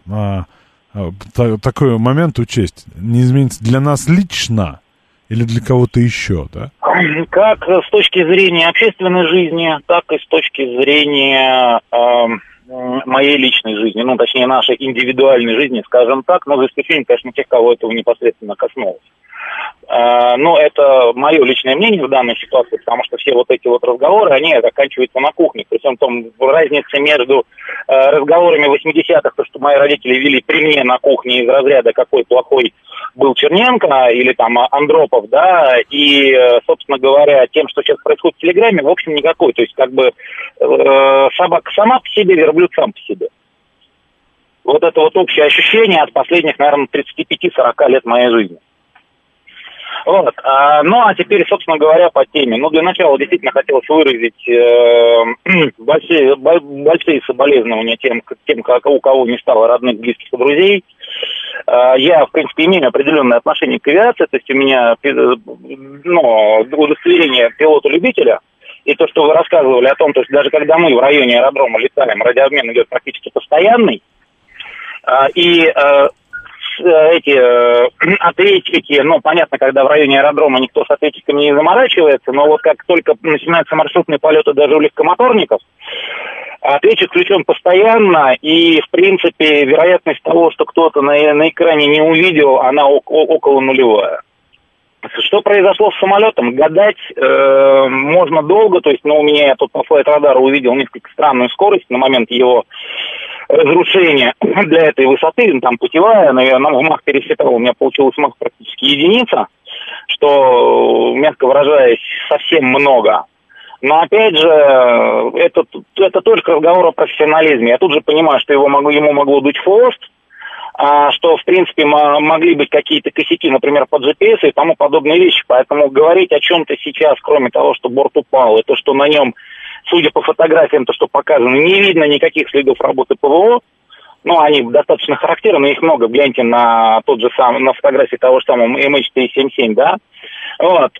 такой момент учесть. Не изменится для нас лично или для кого-то еще, да? Как с точки зрения общественной жизни, так и с точки зрения моей личной жизни. Ну, точнее, нашей индивидуальной жизни, скажем так. Но за исключением, конечно, тех, кого этого непосредственно коснулось. Но это мое личное мнение в данной ситуации, потому что все вот эти вот разговоры, они заканчиваются на кухне. При всем том, разница между разговорами 80-х, то, что мои родители вели при мне на кухне из разряда, какой плохой был Черненко или там Андропов, да, и, собственно говоря, тем, что сейчас происходит в Телеграме, в общем, никакой. То есть, как бы, собака сама по себе, верблюд сам по себе. Вот это вот общее ощущение от последних, наверное, 35-40 лет моей жизни. Вот. Ну, а теперь, собственно говоря, по теме. Ну, для начала действительно хотелось выразить большие соболезнования тем, у кого не стало родных, близких и друзей. Я, в принципе, имею определенное отношение к авиации, то есть у меня удостоверение пилота-любителя. И то, что вы рассказывали о том, то, что даже когда мы в районе аэродрома летаем, радиообмен идет практически постоянный. И эти ответчики, ну, понятно, когда в районе аэродрома никто с ответчиками не заморачивается, но вот как только начинаются маршрутные полеты даже у легкомоторников, ответчик включен постоянно, и, в принципе, вероятность того, что кто-то на экране не увидел, она около нулевая. Что произошло с самолетом? Гадать можно долго, то есть, у меня я тут по флайт-радару увидел несколько странную скорость на момент его разрушения для этой высоты, там путевая, наверное, в мах пересчитал, у меня получилось мах практически единица, что, мягко выражаясь, совсем много. Но, опять же, это только разговор о профессионализме. Я тут же понимаю, что ему могло дуть хвост, что, в принципе, могли быть какие-то косяки, например, по GPS и тому подобные вещи. Поэтому говорить о чем-то сейчас, кроме того, что борт упал, и то, что на нем, судя по фотографиям, то, что показано, не видно никаких следов работы ПВО, они достаточно характерны, их много, гляньте на на фотографии того же самого MH377, да, вот,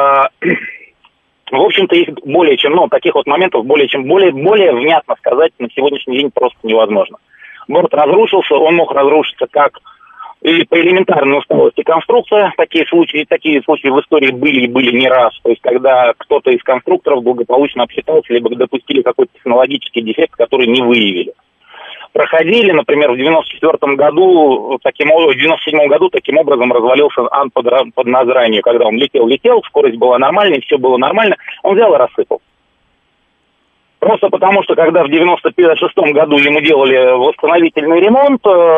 в общем-то, их более чем, таких вот моментов более внятно сказать на сегодняшний день просто невозможно. Борт разрушился, он мог разрушиться как и по элементарной усталости конструкция. Такие случаи в истории были не раз. То есть, когда кто-то из конструкторов благополучно обсчитался, либо допустили какой-то технологический дефект, который не выявили. проходили. Например, в 97 году таким образом развалился Ан под Назранью, когда он летел, скорость была нормальной, все было нормально, он взял и рассыпал. Просто потому, что когда в 96-м году ему делали восстановительный ремонт,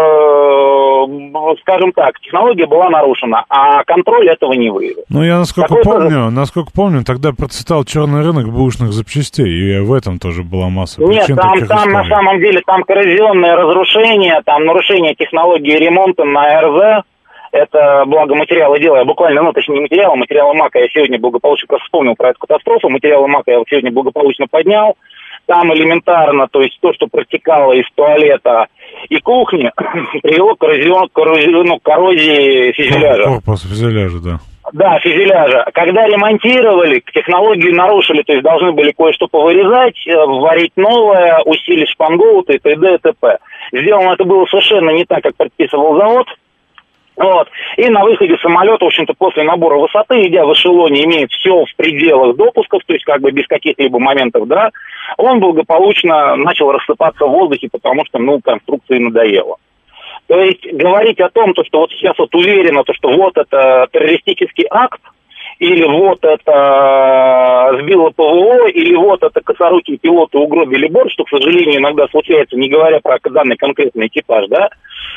скажем так, технология была нарушена, а контроль этого не выявил. Ну, я насколько помню, тогда процветал черный рынок бэушных запчастей, и в этом тоже была масса причин. Нет, там на самом деле там коррозионное разрушение, там нарушение технологии ремонта на РЗ. Это благо материалы дела. Я буквально, точнее не материалы МАКа я сегодня благополучно, просто вспомнил про эту катастрофу, материалы МАКа я сегодня благополучно поднял. Там элементарно, то есть то, что протекало из туалета и кухни, привело к коррозии фюзеляжа. Корпус фюзеляжа, да. Да, фюзеляжа. Когда ремонтировали, технологию нарушили, то есть должны были кое-что повырезать, варить новое, усилить шпангоуты и т.д. и т.п. Сделано это было совершенно не так, как предписывал завод. Вот. И на выходе самолета, в общем-то, после набора высоты, идя в эшелоне, имеет все в пределах допусков, то есть как бы без каких-либо моментов, да, он благополучно начал рассыпаться в воздухе, потому что, конструкции надоело. То есть говорить о том, что вот сейчас вот уверенно, что вот это террористический акт, или вот это сбило ПВО, или вот это косорукие пилоты угробили борт, что, к сожалению, иногда случается, не говоря про данный конкретный экипаж, да,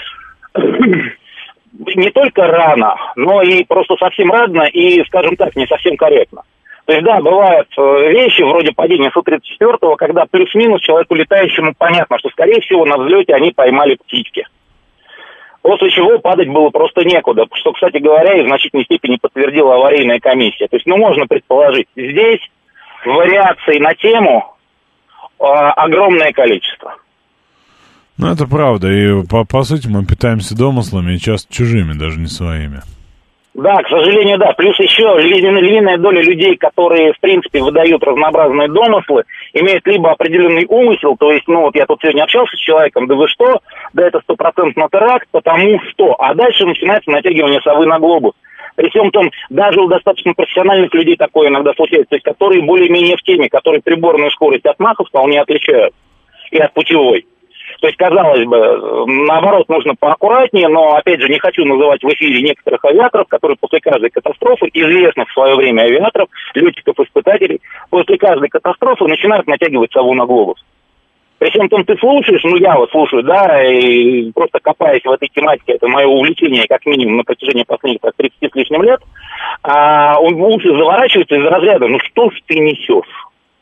не только рано, но и просто совсем рано и, скажем так, не совсем корректно. То есть, да, бывают вещи вроде падения Су-34, когда плюс-минус человеку летающему понятно, что, скорее всего, на взлете они поймали птички. После чего падать было просто некуда, что, кстати говоря, и в значительной степени подтвердила аварийная комиссия. То есть, можно предположить, здесь вариаций на тему огромное количество. Ну, это правда, и по сути мы питаемся домыслами и часто чужими, даже не своими. Да, к сожалению, да. Плюс еще львиная доля людей, которые, в принципе, выдают разнообразные домыслы, имеют либо определенный умысел, то есть, я тут сегодня общался с человеком, да вы что, да это 100% теракт, потому что, а дальше начинается натягивание совы на глобус. При всем том, даже у достаточно профессиональных людей такое иногда случается, то есть, которые более-менее в теме, которые приборную скорость от Маха вполне отличают и от путевой. То есть, казалось бы, наоборот, нужно поаккуратнее, но, опять же, не хочу называть в эфире некоторых авиаторов, которые после каждой катастрофы, известных в свое время авиаторов, летчиков-испытателей, после каждой катастрофы начинают натягивать сову на глобус. При всем том, ты слушаешь, я вот слушаю, да, и просто копаясь в этой тематике, это мое увлечение, как минимум, на протяжении последних 30 с лишним лет, уши заворачиваются из разряда, что ж ты несешь?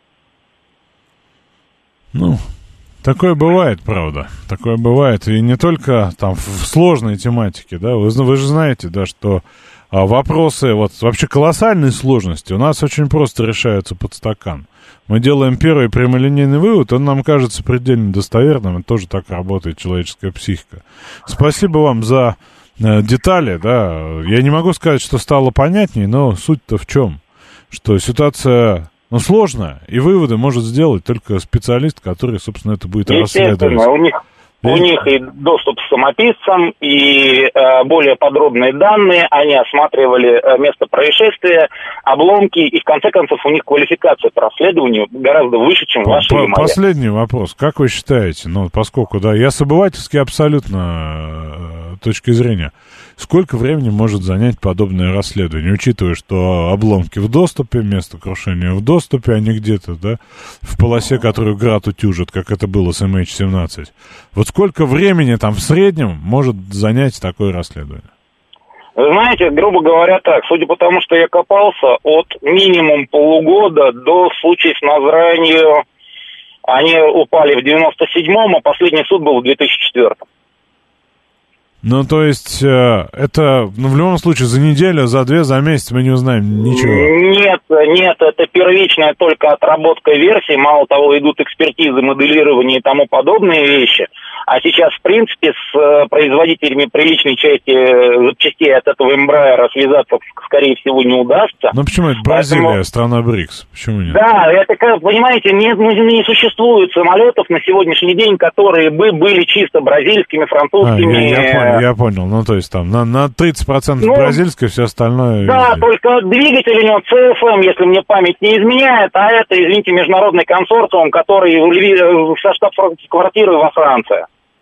Такое бывает, правда. Такое бывает. И не только там в сложной тематике, да. Вы же знаете, да, что вопросы вообще колоссальной сложности у нас очень просто решаются под стакан. Мы делаем первый прямолинейный вывод, он нам кажется предельно достоверным, и тоже так работает человеческая психика. Спасибо вам за детали, да. Я не могу сказать, что стало понятнее, но суть-то в чем? Что ситуация... сложно, и выводы может сделать только специалист, который, собственно, это будет расследовать. У них и доступ к самописцам, и более подробные данные, они осматривали место происшествия, обломки, и в конце концов у них квалификация по расследованию гораздо выше, чем ваша или моя. Последний вопрос. Как вы считаете, поскольку, я с обывательской абсолютно точки зрения, сколько времени может занять подобное расследование, учитывая, что обломки в доступе, место крушения в доступе, а не где-то, да, в полосе, которую Град утюжит, как это было с MH17. Вот сколько времени там в среднем может занять такое расследование? Вы знаете, грубо говоря так, судя по тому, что я копался, от минимум полугода до случаев с Назранью, они упали в 97-м, а последний суд был в 2004-м. То есть, это, в любом случае, за неделю, за две, за месяц мы не узнаем ничего? Нет, это первичная только отработка версий, мало того, идут экспертизы, моделирование и тому подобные вещи. А сейчас, в принципе, с производителями приличной части запчастей от этого Эмбраера связаться, скорее всего, не удастся. Почему это Бразилия, страна БРИКС? Почему нет? Да, это, понимаете, не существует самолетов на сегодняшний день, которые бы были чисто бразильскими, французскими. Я понял. То есть там на 30% бразильское, все остальное... Да, только двигатель у него CFM, если мне память не изменяет, а это, извините, международный консорциум, который со штаб-квартирой во Франции.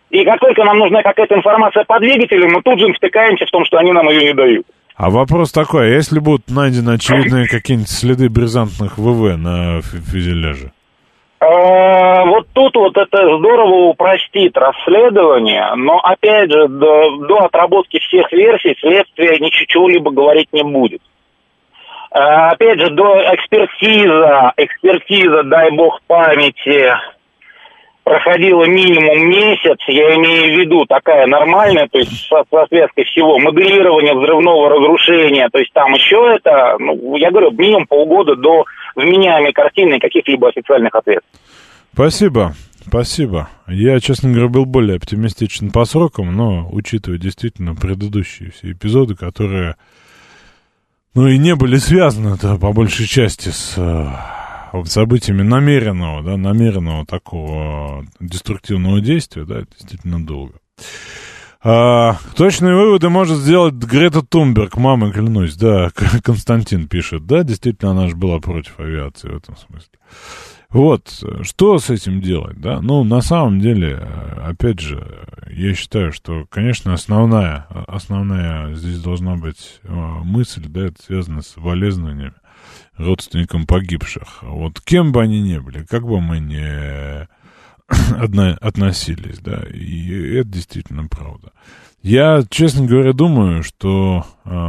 И как только нам нужна какая-то информация по двигателю, мы тут же втыкаемся в том, что они нам ее не дают. А вопрос такой, а если будут найдены очевидные какие-нибудь следы бризантных ВВ на фюзеляже? Вот тут вот это здорово упростит расследование, но, опять же, до отработки всех версий следствие ничего-либо говорить не будет. Опять же, до экспертиза, дай бог памяти, проходила минимум месяц, я имею в виду такая нормальная, то есть со связкой всего, моделирование взрывного разрушения, то есть там еще это, я говорю, минимум полгода до вменяемой картины каких-либо официальных ответов. Спасибо. Я, честно говоря, был более оптимистичен по срокам, но учитывая действительно предыдущие все эпизоды, которые, и не были связаны-то по большей части с событиями намеренного такого деструктивного действия, да, это действительно долго. Точные выводы может сделать Грета Тунберг, мама, клянусь, да, Константин пишет, да, действительно, она же была против авиации в этом смысле. Вот, что с этим делать, да, на самом деле, опять же, я считаю, что, конечно, основная здесь должна быть мысль, да, это связано с соболезнованиями родственникам погибших. Вот кем бы они ни были, как бы мы ни относились, да, и это действительно правда. Я, честно говоря, думаю, что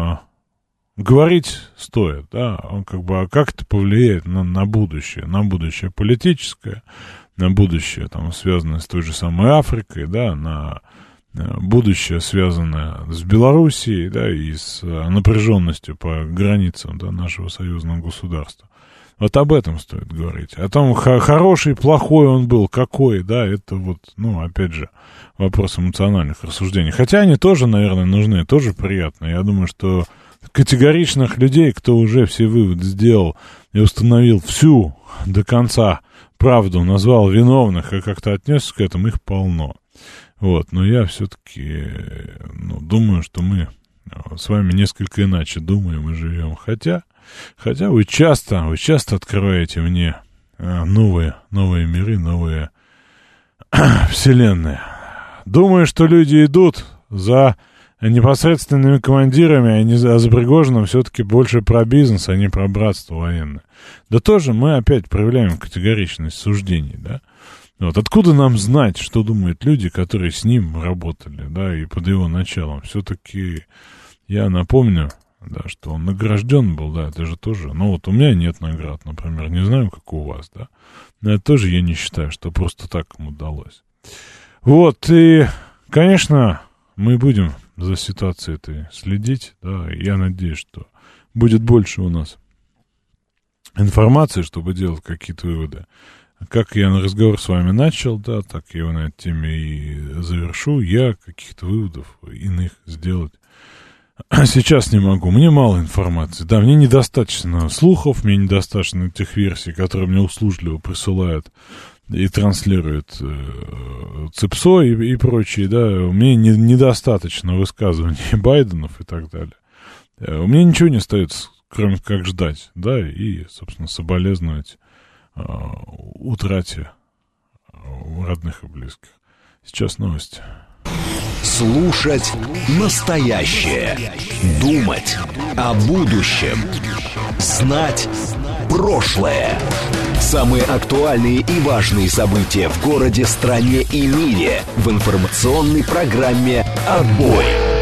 говорить стоит, да, как это повлияет на будущее политическое, на будущее, там, связанное с той же самой Африкой, да, на будущее, связанное с Белоруссией, да, и с напряженностью по границам, да, нашего союзного государства. Вот об этом стоит говорить. О том, хороший, плохой он был, какой, да, это вот, опять же, вопрос эмоциональных рассуждений. Хотя они тоже, наверное, нужны, тоже приятно. Я думаю, что категоричных людей, кто уже все выводы сделал и установил всю до конца правду, назвал виновных и как-то отнесся к этому, их полно. Вот, но я все-таки, думаю, что мы с вами несколько иначе думаем и живем. Хотя вы часто открываете мне новые миры, новые вселенные. Думаю, что люди идут за непосредственными командирами, а за Пригожиным все-таки больше про бизнес, а не про братство военное. Да тоже мы опять проявляем категоричность суждений, да. Вот, откуда нам знать, что думают люди, которые с ним работали, да, и под его началом? Все-таки я напомню, да, что он награжден был, да, это же тоже, вот у меня нет наград, например, не знаю, как у вас, да, но это тоже я не считаю, что просто так ему удалось. Вот, и, конечно, мы будем за ситуацией этой следить, да, и я надеюсь, что будет больше у нас информации, чтобы делать какие-то выводы. Как я на разговор с вами начал, да, так я его на этой теме и завершу. Я каких-то выводов иных сделать сейчас не могу. Мне мало информации. Да, мне недостаточно слухов, мне недостаточно тех версий, которые мне услужливо присылают и транслируют ЦИПСО и прочие, да. Мне недостаточно высказываний Байденов и так далее. У меня ничего не остается, кроме как ждать, да, и, собственно, соболезновать утрате родных и близких. Сейчас новости. Слушать настоящее. Думать о будущем. Знать прошлое. Самые актуальные и важные события в городе, стране и мире в информационной программе «Отбой».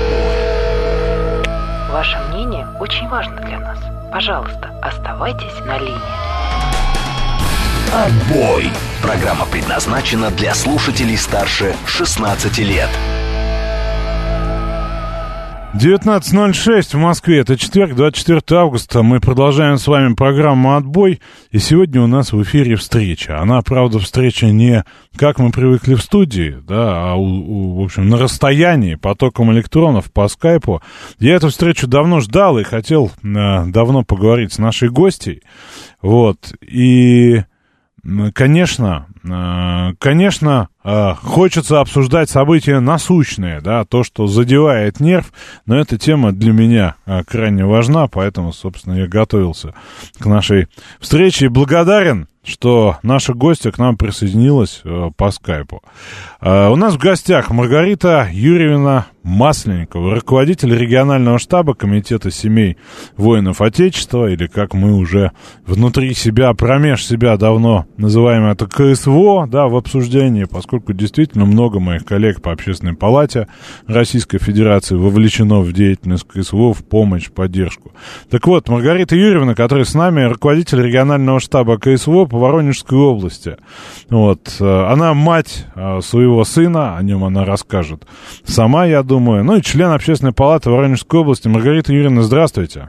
Ваше мнение очень важно для нас. Пожалуйста, оставайтесь на линии. «Отбой». Программа предназначена для слушателей старше 16 лет. 19:06 в Москве. Это четверг, 24 августа. Мы продолжаем с вами программу «Отбой». И сегодня у нас в эфире встреча. Она, правда, встреча не как мы привыкли в студии, да, а, в общем, на расстоянии, потоком электронов по скайпу. Я эту встречу давно ждал и хотел давно поговорить с нашей гостьей. Вот. И, конечно, конечно, хочется обсуждать события насущные, да, то, что задевает нерв, но эта тема для меня крайне важна, поэтому, собственно, я готовился к нашей встрече и благодарен, что наша гостья к нам присоединилась по скайпу. У нас в гостях Маргарита Юрьевна Масленникова, руководитель регионального штаба Комитета семей воинов Отечества, или как мы уже внутри себя, промеж себя давно называем это КСВО, да, в обсуждении, поскольку действительно много моих коллег по Общественной палате Российской Федерации вовлечено в деятельность КСВО, в помощь, в поддержку. Так вот, Маргарита Юрьевна, которая с нами, руководитель регионального штаба КСВО по Воронежской области. Вот. Она мать своего сына, о нем она расскажет сама, я думаю. Ну и член Общественной палаты Воронежской области. Маргарита Юрьевна, здравствуйте.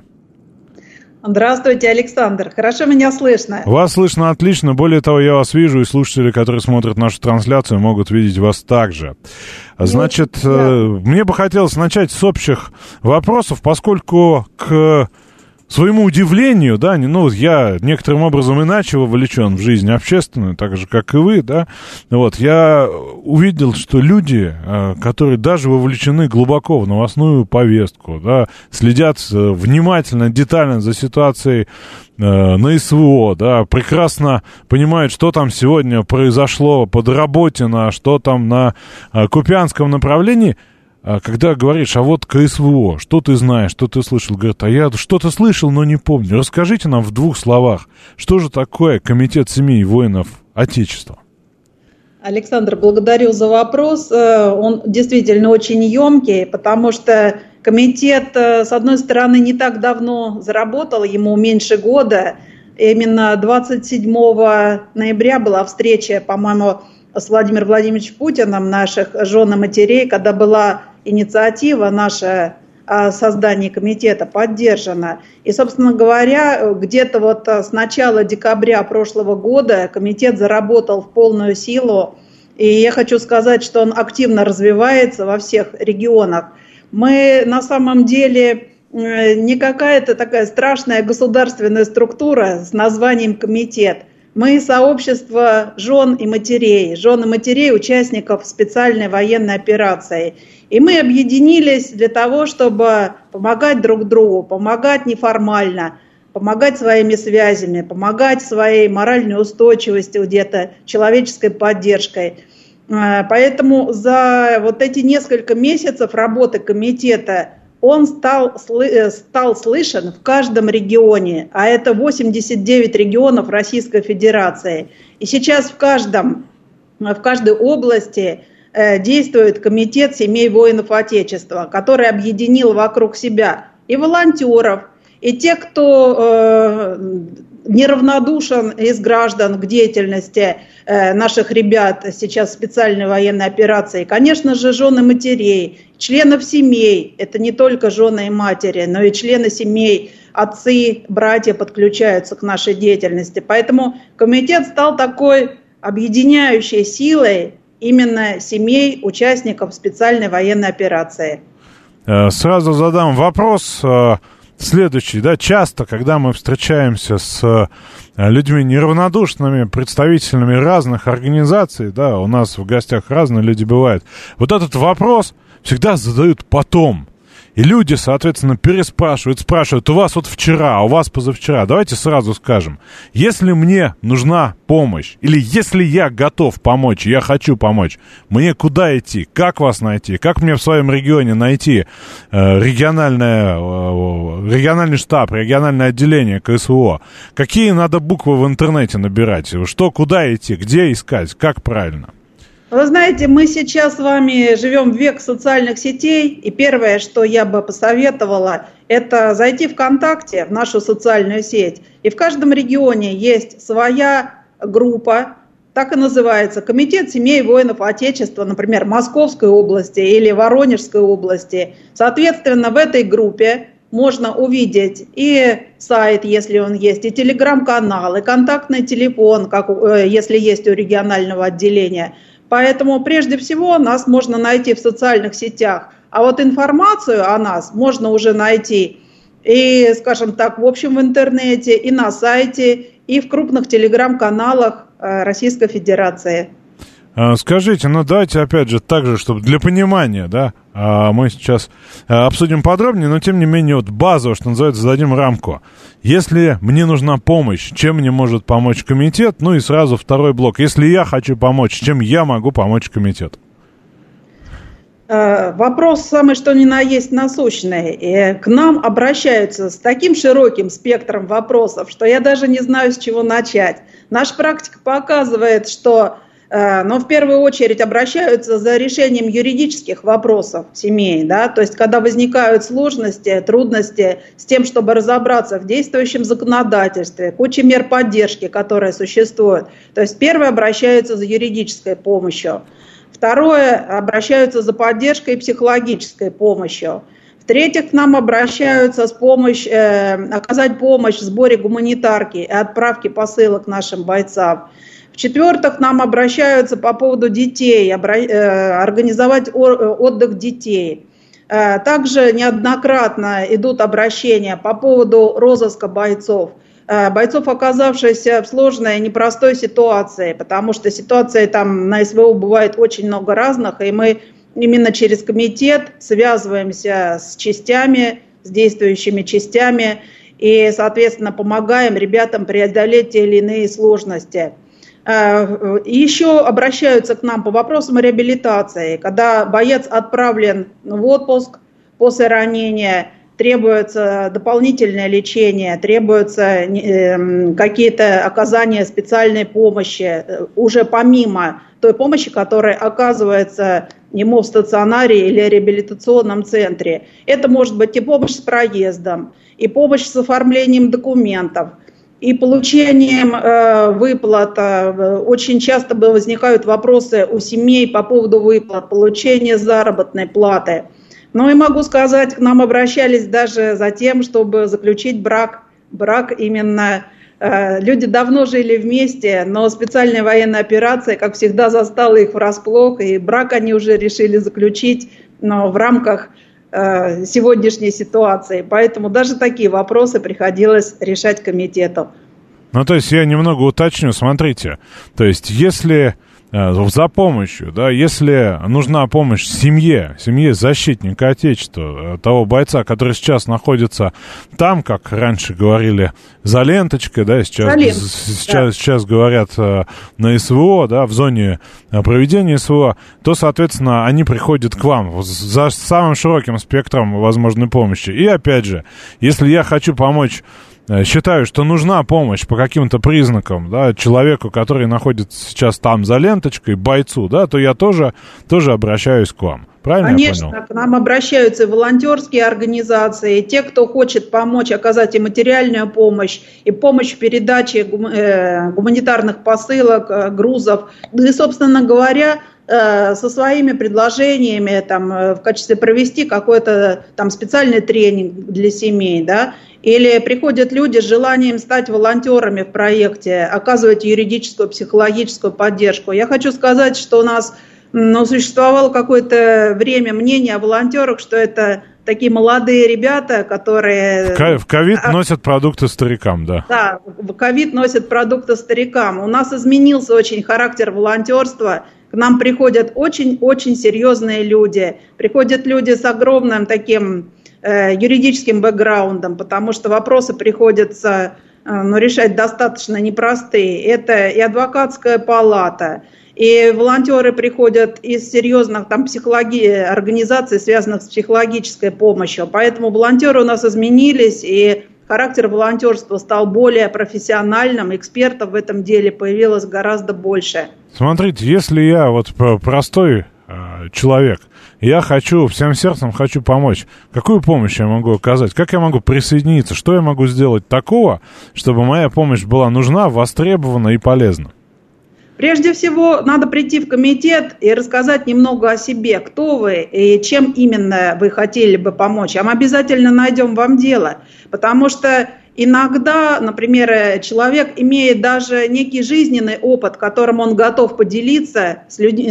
Здравствуйте, Александр. Хорошо меня слышно? Вас слышно отлично. Более того, я вас вижу, и слушатели, которые смотрят нашу трансляцию, могут видеть вас также. Значит, мне бы хотелось начать с общих вопросов, поскольку к своему удивлению, да, ну, я некоторым образом иначе вовлечен в жизнь общественную, так же, как и вы, да, вот, я увидел, что люди, которые даже вовлечены глубоко в новостную повестку, да, следят внимательно, детально за ситуацией на СВО, да, прекрасно понимают, что там сегодня произошло под Работино, что там на Купянском направлении. Когда говоришь, а вот КСВО, что ты знаешь, что ты слышал? Говорят, а я что-то слышал, но не помню. Расскажите нам в двух словах, что же такое Комитет семей воинов Отечества? Александр, благодарю за вопрос. Он действительно очень емкий, потому что комитет, с одной стороны, не так давно заработал, ему меньше года. Именно 27 ноября была встреча, по-моему, с Владимиром Владимировичем Путиным, наших жен и матерей, когда была инициатива наша о создании комитета поддержана. И, собственно говоря, где-то вот с начала декабря прошлого года комитет заработал в полную силу. И я хочу сказать, что он активно развивается во всех регионах. Мы на самом деле не какая-то такая страшная государственная структура с названием комитет. Мы сообщество жен и матерей участников специальной военной операции. И мы объединились для того, чтобы помогать друг другу, помогать неформально, помогать своими связями, помогать своей моральной устойчивостью где-то, человеческой поддержкой. Поэтому за вот эти несколько месяцев работы комитета он стал слышен в каждом регионе, а это 89 регионов Российской Федерации. И сейчас в каждой области действует Комитет семей воинов Отечества, который объединил вокруг себя и волонтеров, и тех, кто неравнодушен из граждан к деятельности наших ребят сейчас в специальной военной операции. Конечно же, жены матерей, членов семей. Это не только жены и матери, но и члены семей, отцы, братья подключаются к нашей деятельности. Поэтому комитет стал такой объединяющей силой именно семей участников специальной военной операции. Сразу задам вопрос следующий. Да, часто, когда мы встречаемся с людьми неравнодушными, представителями разных организаций, да, у нас в гостях разные люди бывают, вот этот вопрос всегда задают потом. И люди, соответственно, переспрашивают, спрашивают, у вас вот вчера, у вас позавчера. Давайте сразу скажем, если мне нужна помощь, или если я готов помочь, я хочу помочь, мне куда идти, как вас найти, как мне в своем регионе найти региональный штаб, региональное отделение КСВО, какие надо буквы в интернете набирать, что, куда идти, где искать, как правильно? Вы знаете, мы сейчас с вами живем в век социальных сетей, и первое, что я бы посоветовала, это зайти ВКонтакте, в нашу социальную сеть. И в каждом регионе есть своя группа, так и называется, Комитет семей воинов Отечества, например, Московской области или Воронежской области. Соответственно, в этой группе можно увидеть и сайт, если он есть, и телеграм-канал, и контактный телефон, если есть у регионального отделения. Поэтому прежде всего нас можно найти в социальных сетях, а вот информацию о нас можно уже найти и, скажем так, в общем в интернете, и на сайте, и в крупных телеграм-каналах Российской Федерации. Скажите, давайте опять же так же, чтобы для понимания, да, мы сейчас обсудим подробнее, но тем не менее вот базово, что называется, зададим рамку. Если мне нужна помощь, чем мне может помочь комитет? Ну и сразу второй блок. Если я хочу помочь, чем я могу помочь комитету? Вопрос самый что ни на есть насущный. К нам обращаются с таким широким спектром вопросов, что я даже не знаю, с чего начать. Наша практика показывает, что в первую очередь обращаются за решением юридических вопросов семей, да, то есть когда возникают сложности, трудности с тем, чтобы разобраться в действующем законодательстве, куча мер поддержки, которые существуют. То есть первое обращаются за юридической помощью, второе обращаются за поддержкой и психологической помощью. В-третьих, к нам обращаются оказать помощь в сборе гуманитарки и отправке посылок нашим бойцам. В-четвертых, к нам обращаются по поводу детей, организовать отдых детей. Также неоднократно идут обращения по поводу розыска бойцов. Бойцов, оказавшихся в сложной и непростой ситуации, потому что ситуаций там на СВО бывает очень много разных, и мы именно через комитет связываемся с частями, с действующими частями, и, соответственно, помогаем ребятам преодолеть те или иные сложности. Еще обращаются к нам по вопросам реабилитации. Когда боец отправлен в отпуск после ранения, требуется дополнительное лечение, требуется какие-то оказания специальной помощи, уже помимо той помощи, которая оказывается ему в стационаре или реабилитационном центре. Это может быть и помощь с проездом, и помощь с оформлением документов, и получением выплат. Очень часто возникают вопросы у семей по поводу выплат, получения заработной платы. Ну и могу сказать, к нам обращались даже за тем, чтобы заключить брак. Брак именно... Люди давно жили вместе, но специальная военная операция, как всегда, застала их врасплох, и брак они уже решили заключить, но в рамках сегодняшней ситуации. Поэтому даже такие вопросы приходилось решать комитету. Ну, то есть я немного уточню, смотрите, то есть если за помощью, да, если нужна помощь семье защитника Отечества, того бойца, который сейчас находится там, как раньше говорили, за ленточкой, да, сейчас говорят на СВО, да, в зоне проведения СВО, то, соответственно, они приходят к вам за самым широким спектром возможной помощи. И опять же, если я хочу помочь, считаю, что нужна помощь по каким-то признакам, да, человеку, который находится сейчас там за ленточкой, бойцу, да, то я тоже обращаюсь к вам. Правильно я понял? Конечно, к нам обращаются и волонтерские организации, и те, кто хочет помочь, оказать и материальную помощь, и помощь в передаче гуманитарных посылок, грузов. И, собственно говоря, со своими предложениями там, в качестве провести какой-то там специальный тренинг для семей, да, или приходят люди с желанием стать волонтерами в проекте, оказывать юридическую, психологическую поддержку. Я хочу сказать, что у нас существовало какое-то время мнение о волонтерах, что это такие молодые ребята, которые... В ковид носят продукты старикам, да. Да, в ковид носят продукты старикам. У нас изменился очень характер волонтерства. К нам приходят очень-очень серьезные люди. Приходят люди с огромным таким юридическим бэкграундом, потому что вопросы приходится решать достаточно непростые. Это и адвокатская палата, и волонтеры приходят из серьезных там организаций, связанных с психологической помощью. Поэтому волонтеры у нас изменились, и характер волонтерства стал более профессиональным, экспертов в этом деле появилось гораздо больше. Смотрите, если я вот простой человек, я всем сердцем хочу помочь, какую помощь я могу оказать, как я могу присоединиться, что я могу сделать такого, чтобы моя помощь была нужна, востребована и полезна? Прежде всего, надо прийти в комитет и рассказать немного о себе, кто вы и чем именно вы хотели бы помочь. А мы обязательно найдем вам дело, потому что иногда, например, человек имеет даже некий жизненный опыт, которым он готов поделиться с людьми,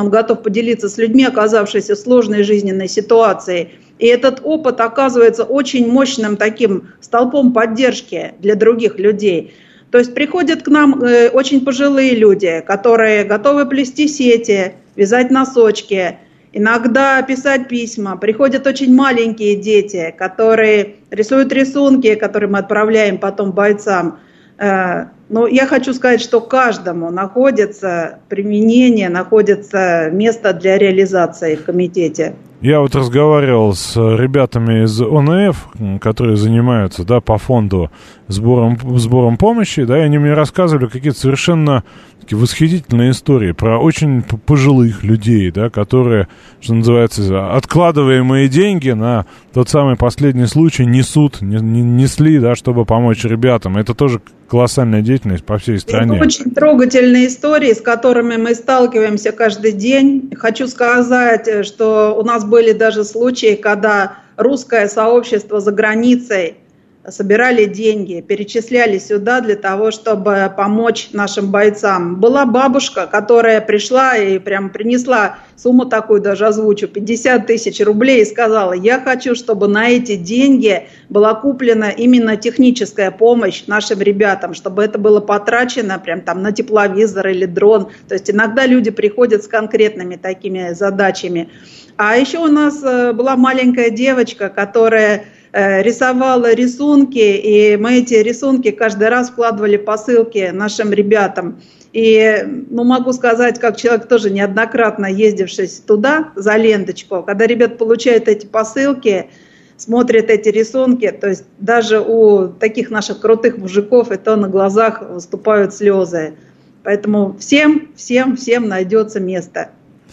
оказавшимися в сложной жизненной ситуации. И этот опыт оказывается очень мощным таким столпом поддержки для других людей. То есть приходят к нам очень пожилые люди, которые готовы плести сети, вязать носочки, иногда писать письма. Приходят очень маленькие дети, которые рисуют рисунки, которые мы отправляем потом бойцам. Но я хочу сказать, что каждому находится применение, находится место для реализации в комитете. Я вот разговаривал с ребятами из ОНФ, которые занимаются, да, по фонду сбором помощи, да, и они мне рассказывали какие-то совершенно такие восхитительные истории про очень пожилых людей, да, которые, что называется, откладываемые деньги на тот самый последний случай несли, да, чтобы помочь ребятам. Это тоже колоссальная деятельность по всей стране. Это очень трогательные истории, с которыми мы сталкиваемся каждый день. Хочу сказать, что у нас были даже случаи, когда русское сообщество за границей собирали деньги, перечисляли сюда для того, чтобы помочь нашим бойцам. Была бабушка, которая пришла и прям принесла сумму такую, даже озвучу, 50 тысяч рублей, и сказала: я хочу, чтобы на эти деньги была куплена именно техническая помощь нашим ребятам, чтобы это было потрачено прям там на тепловизор или дрон. То есть иногда люди приходят с конкретными такими задачами. А еще у нас была маленькая девочка, которая рисовала рисунки, и мы эти рисунки каждый раз вкладывали посылки нашим ребятам. И могу сказать, как человек тоже неоднократно ездивший туда за ленточку, когда ребята получают эти посылки, смотрят эти рисунки, то есть даже у таких наших крутых мужиков это на глазах выступают слезы. Поэтому всем найдется место.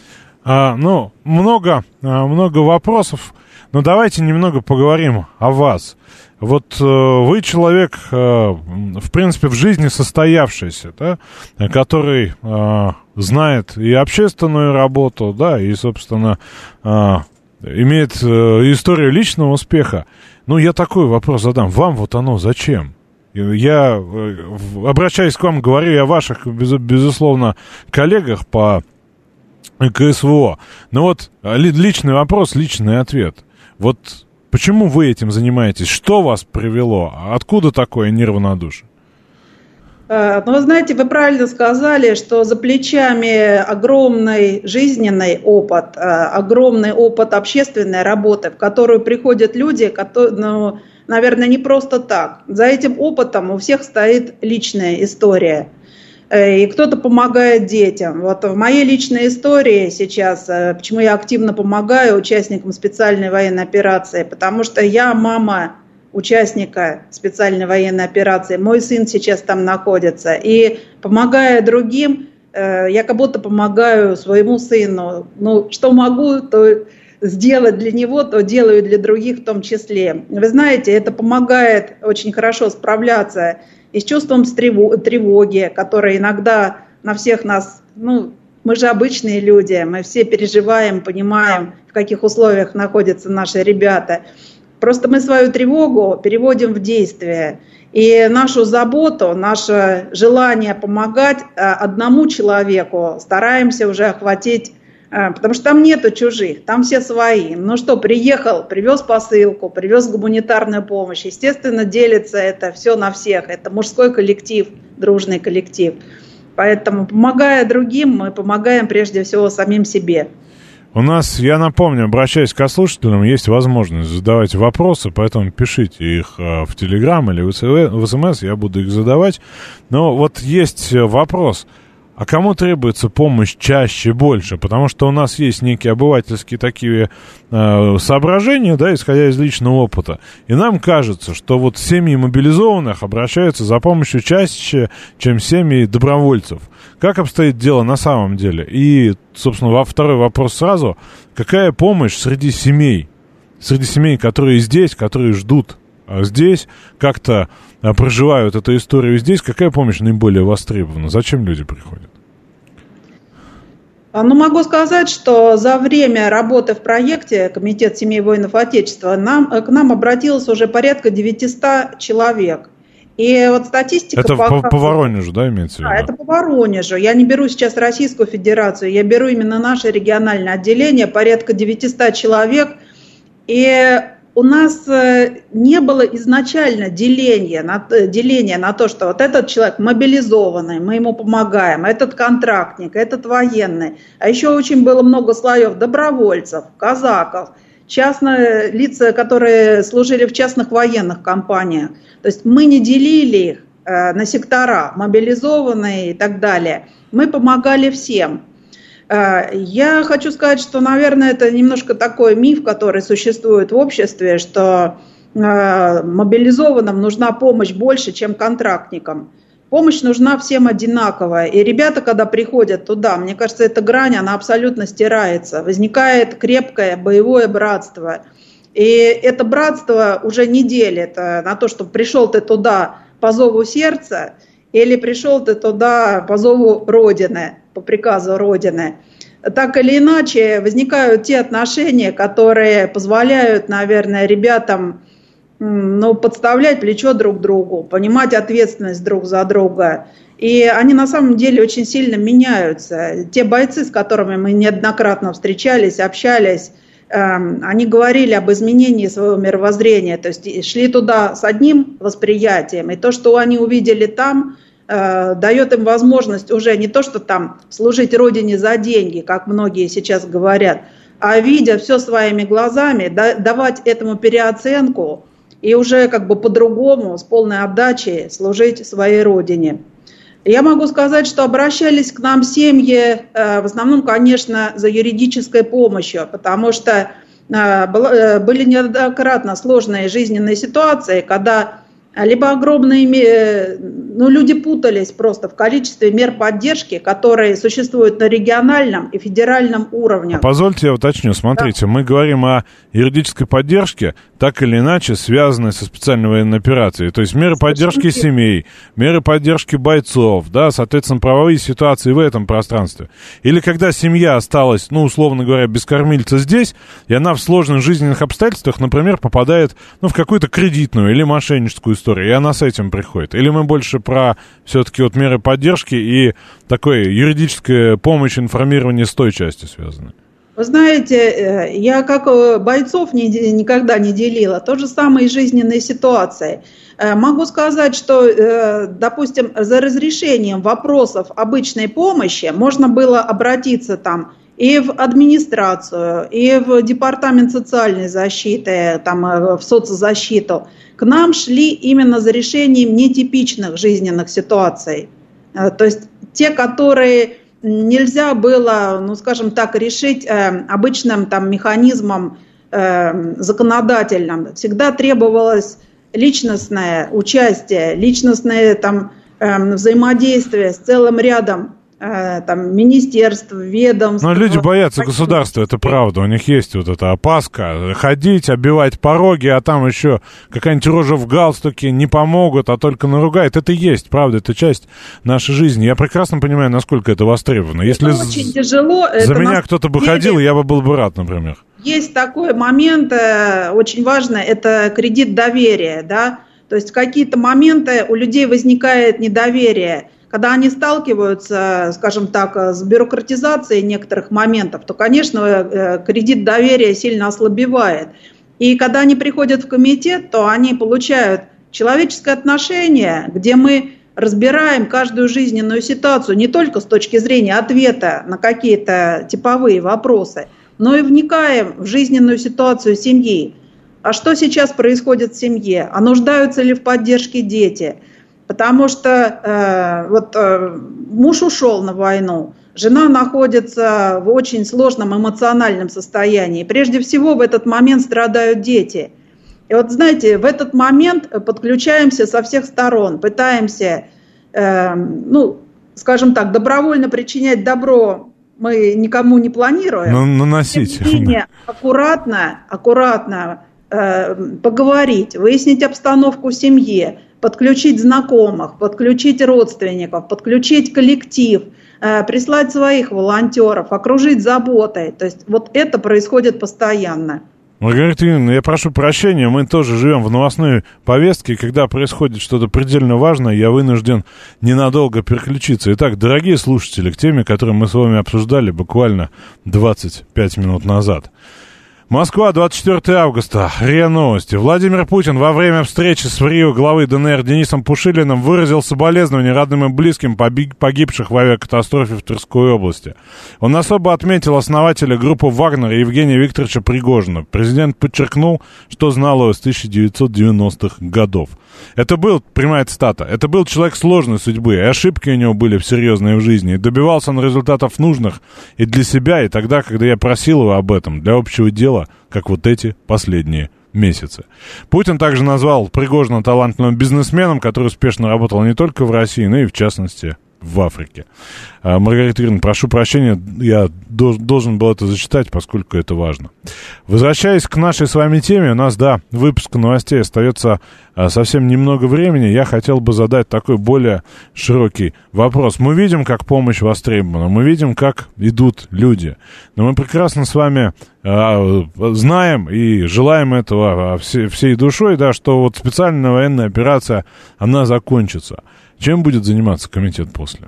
Много вопросов. Но давайте немного поговорим о вас. Вот вы человек, в принципе, в жизни состоявшийся, да, который знает и общественную работу, да, и, собственно, имеет историю личного успеха. Я такой вопрос задам. Вам вот оно зачем? Я, обращаясь к вам, говорю я о ваших, безусловно, коллегах по КСВО. Но вот личный вопрос, личный ответ. Вот почему вы этим занимаетесь? Что вас привело? Откуда такое неравнодушие? Вы знаете, вы правильно сказали, что за плечами огромный жизненный опыт, огромный опыт общественной работы, в которую приходят люди, которые, наверное, не просто так. За этим опытом у всех стоит личная история. И кто-то помогает детям. Вот в моей личной истории сейчас, почему я активно помогаю участникам специальной военной операции, потому что я мама участника специальной военной операции, мой сын сейчас там находится. И помогая другим, я как будто помогаю своему сыну. Что могу, то сделать для него, то делаю для других в том числе. Вы знаете, это помогает очень хорошо справляться и с чувством тревоги, которое иногда на всех нас, мы же обычные люди, мы все переживаем, понимаем, в каких условиях находятся наши ребята. Просто мы свою тревогу переводим в действие. И нашу заботу, наше желание помогать одному человеку стараемся уже охватить, потому что там нету чужих, там все свои. Приехал, привез посылку, привез гуманитарную помощь. Естественно, делится это все на всех. Это мужской коллектив, дружный коллектив. Поэтому, помогая другим, мы помогаем прежде всего самим себе. У нас, я напомню, обращаясь к слушателям, есть возможность задавать вопросы, поэтому пишите их в Телеграм или в СМС, я буду их задавать. Но вот есть вопрос. А кому требуется помощь чаще, больше? Потому что у нас есть некие обывательские такие соображения, да, исходя из личного опыта. И нам кажется, что вот семьи мобилизованных обращаются за помощью чаще, чем семьи добровольцев. Как обстоит дело на самом деле? И, собственно, второй вопрос сразу. Какая помощь среди семей, которые здесь, которые ждут здесь, как-то проживают эту историю здесь, какая помощь наиболее востребована? Зачем люди приходят? Могу сказать, что за время работы в проекте Комитет семей воинов Отечества к нам обратилось уже порядка 900 человек. И вот статистика это показывает... по Воронежу, да, имеется в виду? Да, это по Воронежу. Я не беру сейчас Российскую Федерацию, я беру именно наше региональное отделение, порядка 900 человек. И у нас не было изначально деления на то, что вот этот человек мобилизованный, мы ему помогаем, этот контрактник, этот военный. А еще очень было много слоев добровольцев, казаков, частные лица, которые служили в частных военных компаниях. То есть мы не делили их на сектора, мобилизованные и так далее. Мы помогали всем. Я хочу сказать, что, наверное, это немножко такой миф, который существует в обществе, что мобилизованным нужна помощь больше, чем контрактникам. Помощь нужна всем одинаковая. И ребята, когда приходят туда, мне кажется, эта грань, она абсолютно стирается. Возникает крепкое боевое братство. И это братство уже не делит на то, что пришел ты туда по зову сердца или пришел ты туда по зову Родины, по приказу Родины. Так или иначе возникают те отношения, которые позволяют, наверное, ребятам подставлять плечо друг другу, понимать ответственность друг за друга. И они на самом деле очень сильно меняются. Те бойцы, с которыми мы неоднократно встречались, общались, они говорили об изменении своего мировоззрения, то есть шли туда с одним восприятием, и то, что они увидели там, дает им возможность уже не то, что там служить Родине за деньги, как многие сейчас говорят, а видя все своими глазами, давать этому переоценку и уже как бы по-другому, с полной отдачей служить своей Родине. Я могу сказать, что обращались к нам семьи в основном, конечно, за юридической помощью, потому что были неоднократно сложные жизненные ситуации, когда либо огромные, люди путались просто в количестве мер поддержки, которые существуют на региональном и федеральном уровне. Позвольте я уточню. Смотрите, мы говорим о юридической поддержке, так или иначе связанной со специальной военной операцией. То есть меры поддержки семей, меры поддержки бойцов, да, соответственно, правовые ситуации в этом пространстве. Или когда семья осталась, условно говоря, без кормильца здесь, и она в сложных жизненных обстоятельствах, например, попадает, в какую-то кредитную или мошенническую историю, и она с этим приходит. Или мы больше про все-таки меры поддержки и такой юридическая помощь, информирование с той частью связаны? Вы знаете, я как бойцов никогда не делила. То же самое и жизненные ситуации. Могу сказать, что, допустим, за разрешением вопросов обычной помощи можно было обратиться там и в администрацию, и в департамент социальной защиты, в соцзащиту. К нам шли именно за решением нетипичных жизненных ситуаций. То есть те, которые нельзя было, скажем так, решить обычным механизмом законодательным. Всегда требовалось личностное участие, личностное взаимодействие с целым рядом министерств, ведомств. Но люди боятся государства, это правда. У них есть эта опаска. Ходить, оббивать пороги, а там еще какая-нибудь рожа в галстуке не помогут, а только наругает. Это есть, правда, это часть нашей жизни. Я прекрасно понимаю, насколько это востребовано. Если очень тяжело. За меня кто-то бы ходил, я был бы рад, например. Есть такой момент, очень важный, это кредит доверия, да. То есть в какие-то моменты у людей возникает недоверие. Когда они сталкиваются, скажем так, с бюрократизацией некоторых моментов, то, конечно, кредит доверия сильно ослабевает. И когда они приходят в комитет, то они получают человеческое отношение, где мы разбираем каждую жизненную ситуацию не только с точки зрения ответа на какие-то типовые вопросы, но и вникаем в жизненную ситуацию семьи. А что сейчас происходит в семье? А нуждаются ли в поддержке дети? Потому что муж ушел на войну, жена находится в очень сложном эмоциональном состоянии. Прежде всего в этот момент страдают дети. И знаете, в этот момент подключаемся со всех сторон, пытаемся, скажем так, добровольно причинять добро мы никому не планируем. Наносить. Тем не менее, аккуратно поговорить, выяснить обстановку в семье, подключить знакомых, подключить родственников, подключить коллектив, прислать своих волонтеров, окружить заботой. То есть это происходит постоянно. Маргарита Юрьевна, я прошу прощения, мы тоже живем в новостной повестке, и когда происходит что-то предельно важное, я вынужден ненадолго переключиться. Итак, дорогие слушатели, к теме, которую мы с вами обсуждали буквально 25 минут назад. Москва, 24 августа. РИА Новости. Владимир Путин во время встречи с РИО главы ДНР Денисом Пушилиным выразил соболезнования родным и близким погибших в авиакатастрофе в Тверской области. Он особо отметил основателя группы «Вагнер» Евгения Викторовича Пригожина. Президент подчеркнул, что знал его с 1990-х годов. Это был, прямая цитата, это был человек сложной судьбы, и ошибки у него были серьезные в жизни, и добивался он результатов нужных и для себя, и тогда, когда я просил его об этом, для общего дела, как вот эти последние месяцы. Путин также назвал Пригожина талантливым бизнесменом, который успешно работал не только в России, но и в частности в Африке. Маргарита Юрьевна, прошу прощения, я должен был это зачитать, поскольку это важно. Возвращаясь к нашей с вами теме, у нас, да, выпуск новостей остается совсем немного времени. Я хотел бы задать такой более широкий вопрос. Мы видим, как помощь востребована, мы видим, как идут люди, но мы прекрасно с вами знаем и желаем этого всей душой, да, что вот специальная военная операция, она закончится. Чем будет заниматься комитет после?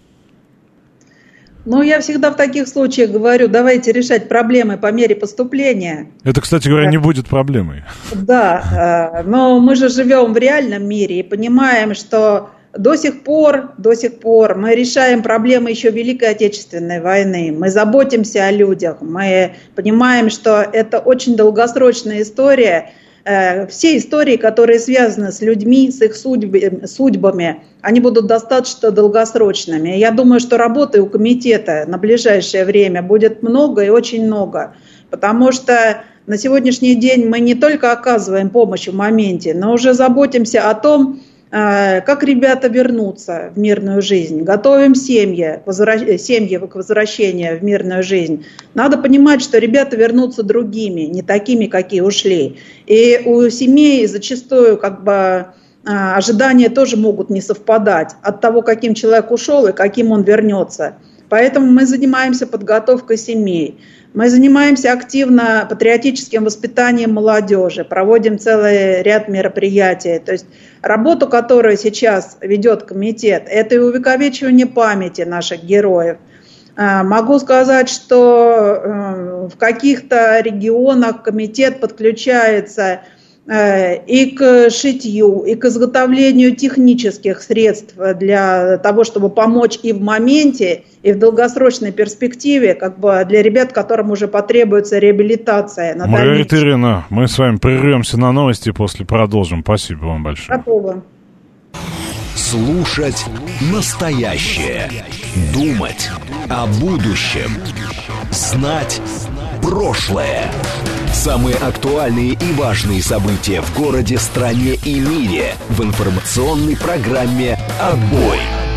Ну, я всегда в таких случаях говорю, давайте решать проблемы по мере поступления. Это, кстати говоря, не будет проблемой. Да, но мы же живем в реальном мире и понимаем, что до сих пор мы решаем проблемы еще Великой Отечественной войны. Мы заботимся о людях, мы понимаем, что это очень долгосрочная история. Все истории, которые связаны с людьми, с их судьбами, они будут достаточно долгосрочными. Я думаю, что работы у комитета на ближайшее время будет много и очень много, потому что на сегодняшний день мы не только оказываем помощь в моменте, но уже заботимся о том, как ребята вернутся в мирную жизнь, готовим семьи к возвращению в мирную жизнь. Надо понимать, что ребята вернутся другими, не такими, какие ушли. И у семей зачастую ожидания тоже могут не совпадать от того, каким человек ушел и каким он вернется. Поэтому мы занимаемся подготовкой семей. Мы занимаемся активно патриотическим воспитанием молодежи, проводим целый ряд мероприятий. То есть работу, которую сейчас ведет комитет, это и увековечивание памяти наших героев. Могу сказать, что в каких-то регионах комитет подключается и к шитью, и к изготовлению технических средств для того, чтобы помочь и в моменте, и в долгосрочной перспективе, для ребят, которым уже потребуется реабилитация. Маргарита Юрьевна, мы с вами прервемся на новости, после продолжим. Спасибо вам большое. Готово. Слушать настоящее. Думать о будущем. Знать прошлое. Самые актуальные и важные события в городе, стране и мире в информационной программе «Отбой».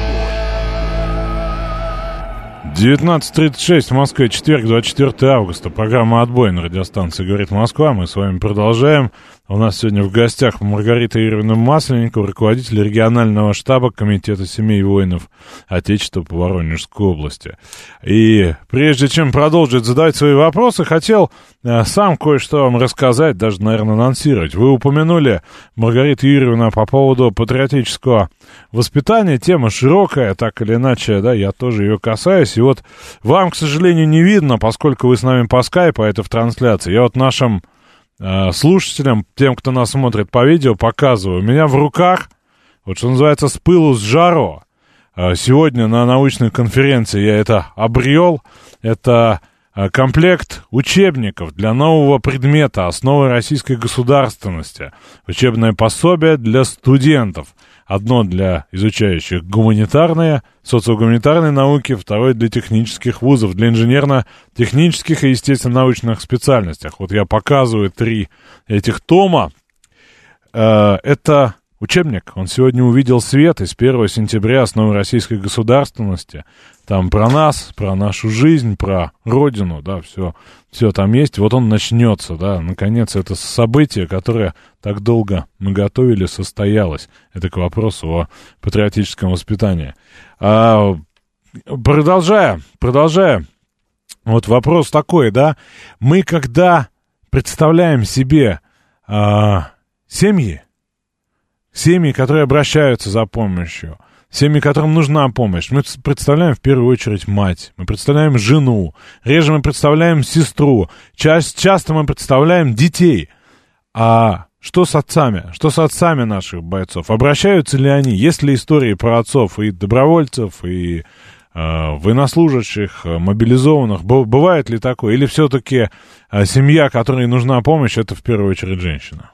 19:36 в Москве, четверг, 24 августа. Программа «Отбой» на радиостанции «Говорит Москва». Мы с вами продолжаем. У нас сегодня в гостях Маргарита Юрьевна Масленникова, руководитель регионального штаба Комитета семей воинов Отечества по Воронежской области. И прежде чем продолжить задавать свои вопросы, хотел сам кое-что вам рассказать, даже, наверное, анонсировать. Вы упомянули, Маргарита Юрьевна, по поводу патриотического воспитания. Тема широкая, так или иначе, да, я тоже ее касаюсь. И вот вам, к сожалению, не видно, поскольку вы с нами по скайпу, а это в трансляции. Я вот нашим слушателям, тем, кто нас смотрит по видео, показываю. У меня в руках, вот что называется, с пылу с жару. Сегодня на научной конференции я это обрел. Это комплект учебников для нового предмета «Основы российской государственности». Учебное пособие для студентов. Одно для изучающих гуманитарные, социогуманитарные науки, второе для технических вузов, для инженерно-технических и естественно-научных специальностях. Вот я показываю 3 этих тома. Это учебник, он сегодня увидел свет, и с 1 сентября «Основы российской государственности». Там про нас, про нашу жизнь, про родину, да, все там есть. Вот он начнется, да, наконец это событие, которое так долго мы готовили, состоялось. Это к вопросу о патриотическом воспитании. Продолжая, вот вопрос такой, да, мы когда представляем себе семьи, которые обращаются за помощью, Семьи, которым нужна помощь. Мы представляем в первую очередь мать, мы представляем жену, реже мы представляем сестру, часто мы представляем детей. А что с отцами? Что с отцами наших бойцов? Обращаются ли они? Есть ли истории про отцов и добровольцев, и военнослужащих, мобилизованных? Бывает ли такое? Или все-таки семья, которой нужна помощь, это в первую очередь женщина?